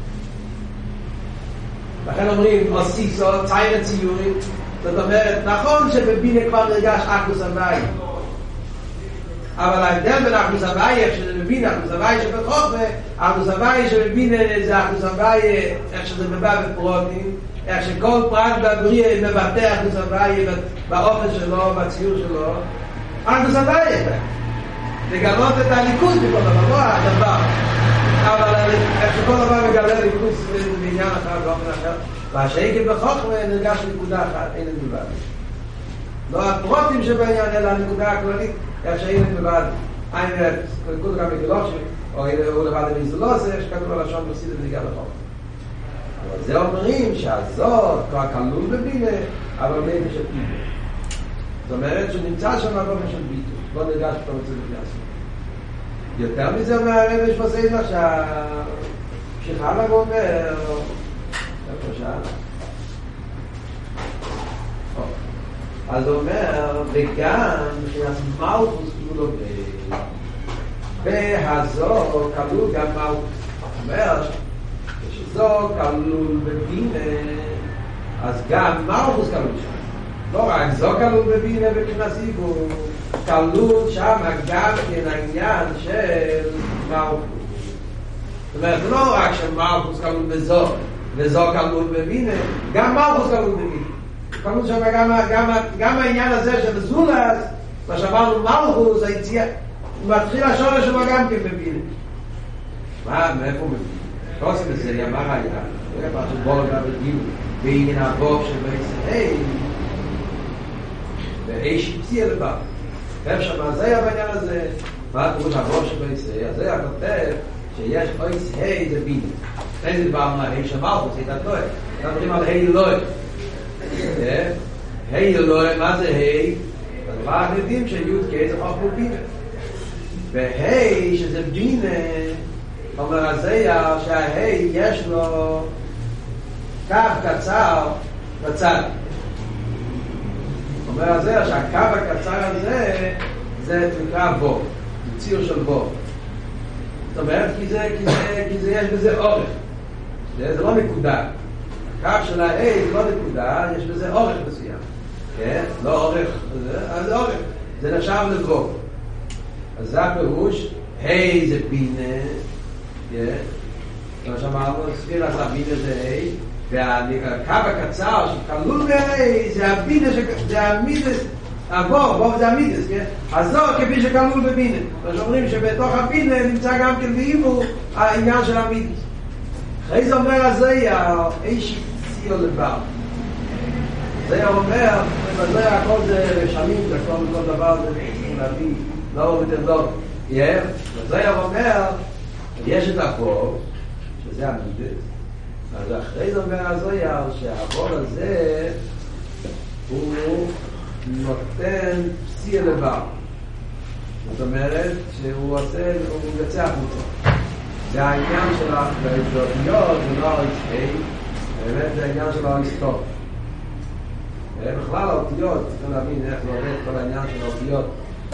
לכן אומרים, עוסיסו, צייר ציורי. זאת אומרת, נכון שבבינה כבר נרגש אחוס הוואי. אבל ההבדל בין אחוס הוואי, איך שזה מבין, אחוס הוואי שבתחוך, אחוס הוואי שבבינה זה אחוס הוואי, איך שזה מבא בפרוטים, איך שכל פרט בבריא מבטא אחוס הוואי באופן שלו, בציור שלו, אחוס הוואי. לגלות את הליכוז בכל דבר, לא הדבר. אבל איך שכל דבר מגלה ליכוז בעניין אחר באופן אחר, והשאיקי בחוכמה נרגש נקודה אחת, אין לבד. לא הפרוטים שבעניין, אלא הנקודה הכללית, איך שאין לבד. אין נקודה גם מגלוש, או לבד המזלוס, איך שכתוב על השון מסיד ונגיע לחוכמה. אבל זה אומרים שהזאת כבר כלול בבינה, אבל מי של ביטול. זאת אומרת שנמצא שם באופן של ביטול. לא נרגש שאתה רוצה לפני יותר מזה אומר הרב יש בסדר שהשחלה אומר איפה שאלה אז הוא אומר וגם מבחינת מלכוס כלול בהזו כלול גם מלכוס אומר שזו כלול בבינה אז גם מלכוס כלול שם לא רק זו כלול בבינה בכנסים הוא כלול שם גם כן העניין של מלכוס. זאת אומרת, לא רק שמלכוס כלול בזו, וזו כלול בבינה, גם מלכוס כלול בבינה. כלול שם גם, גם, גם העניין הזה של זולס, מה שאמרנו מלכוס, היציאה, הוא מתחיל השורש שלו גם כן בבינה. מה, מאיפה הוא מבינה? לא עושים את זה, יאמר היה, זה כבר שבוא גם בדיוק, בעניין הבוב של בישראל, ואיש פציע לבא. איך שמה זה הבעניין הזה מה תראו הבוב שבישראל אז זה הכותב שיש אויס היי זה בינה אין זה דבר מה היי שמלכוס היית טועה אנחנו מדברים על היי אלוהי היי אלוהי מה זה היי? אז מה אנחנו יודעים שיוד קי זה חוכמה בינה והיי שזה בינה אומר הזה שההיי יש לו קו קצר בצד אומר הזה שהקו הקצר הזה זה נקרא בו, ציר של בו. זאת אומרת כי זה, כי זה, כי זה יש בזה אורך. זה, זה לא נקודה. הקו של ה-A זה לא נקודה, יש בזה אורך מסוים. כן? לא אורך, אז זה אורך. זה נחשב לבו. אז זה הפירוש, A זה בינה, כן? כמו שאמרנו, ספירה זה בינה זה A, והקו הקצר שכלול ב-A זה הבינה, זה המידס, הבוב, בוב זה המידס, כן? אז לא כפי שכלול בבינה. אז אומרים שבתוך הבינה נמצא גם כן באיבו העניין של המידס. אחרי זה אומר הזה, האיש ציור לבר. זה אומר, וזה הכל זה רשמים, זה כל דבר זה להביא, לא מתרדות. וזה אומר, יש את הבוב, שזה המידס, אז אחרי זה אומר הזויר שהבוב הזה הוא נותן פסיע לבר. זאת אומרת שהוא עושה, הוא מבצע חוצה. זה העניין של האותיות, זה לא הרשמי, באמת זה העניין של ההיסטוריה. בכלל האותיות, צריכים להבין איך זה עובד כל העניין של האותיות.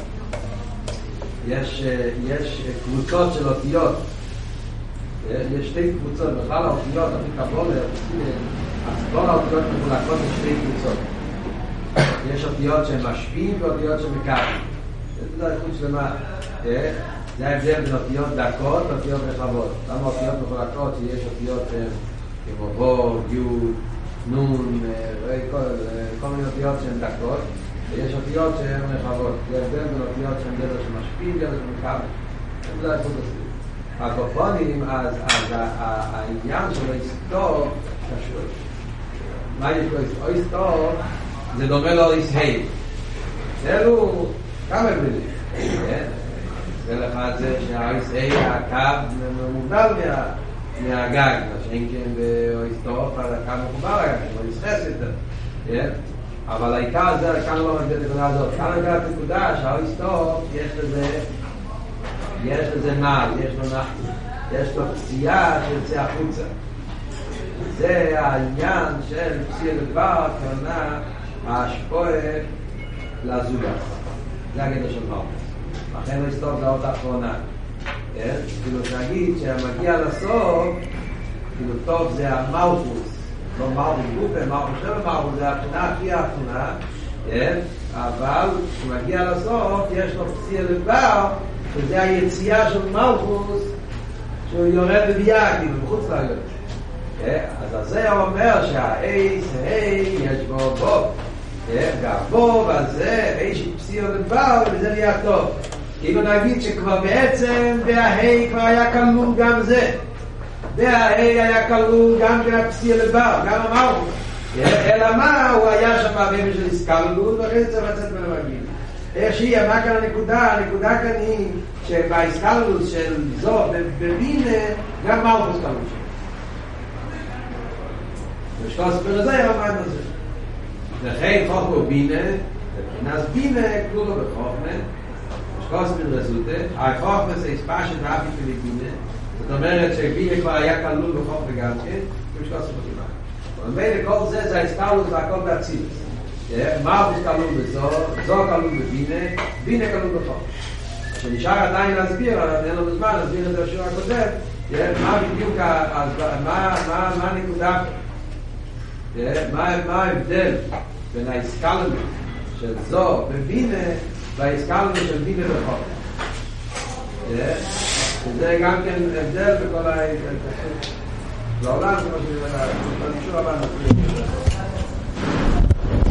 יש, יש קבוצות של אותיות. יש שתי קבוצות, בכלל האותיות, הכי קבולה, אז כל האותיות מחולקות לשתי קבוצות. יש אותיות שהן משפיעים ואותיות שהן מקרים. זה איכות שלמה. זה ההבדל בין אותיות דקות ואותיות רחבות. למה אותיות מחולקות שיש אותיות כמו בור, יוד, נון, כל מיני אותיות שהן דקות, ויש אותיות שהן רחבות. זה ההבדל בין אותיות שהן גדר שמשפיעים וגדר שמקרים. זה איכות שלמה. הקופונים, אז העניין של היסטור קשור. מה יש לו היסטור? זה דומה לו היסהי. אלו כמה מילים. זה אחד זה שהיסהי, הקו מובדל מהגג, מה שאין כן בהיסטור, הקו מחובר הגג, לא יסחס יותר. אבל העיקר זה, כאן לא מגיע את הנקודה הזאת. כאן מגיע את הנקודה שההיסטור יש לזה יש לזה נעל, יש לו נעל, יש לו פציעה שיוצא החוצה. זה העניין של פציעה לדבר, כמונה ההשפועה לזולס. זה הגדר של מלכוס. לכן ההיסטור זה האות האחרונה. כאילו שנגיד שהמגיע לסוף, כאילו טוב זה המלכוס. לא מלכוס גופה, מלכוס שבע מלכוס, זה הבחינה הכי האחרונה. אבל כשמגיע לסוף, יש לו פציעה לדבר, שזה היציאה של מלכוס שהוא יורד בבייה, כאילו, בחוץ להגות. אז זה אומר שהאייס, היי, יש בו בו. והבו, וזה, היי שפסיעו לדבר, וזה נהיה טוב. כאילו נגיד שכבר בעצם, וההי כבר היה כלול גם זה. וההי היה כלול גם הפסיעו לדבר, גם המלכוס. אלא מה, הוא היה שם הרבה של הסקלגות, ואחרי זה צריך לצאת בין המגיל. איך שהיא, מה כאן הנקודה? הנקודה כאן היא שבהסקלגות של זו, בבינה, גם מלכוס כלול שם. ושכל הספר הזה היה מה זה. לכן חוכמה בינה, מבחינת בינה, כלול לו בחוכמה, ושכל הספר רזותה, החוכמה זה הספשת ואפי פליבינה, זאת אומרת שבינה כבר היה כלול בחוכמה גם כן, ושכל הספר כמעט. ומילא כל זה, זה ההסקלגות, זה הכל בהצילוס. מלכוס כלול בזו, זו כלול בבינה, בינה כלול בחוכמה. כשנשאר עדיין להסביר, אין לנו זמן להסביר את זה בשיעור הקודם, מה בדיוק, מה הנקודה, מה ההבדל בין ההסקלגות של זו בבינה וההסקלגות של בינה בחוכמה. וזה גם כן הבדל בכל ההתייחסות לעולם, כמו שבשיעור הבא נסביר.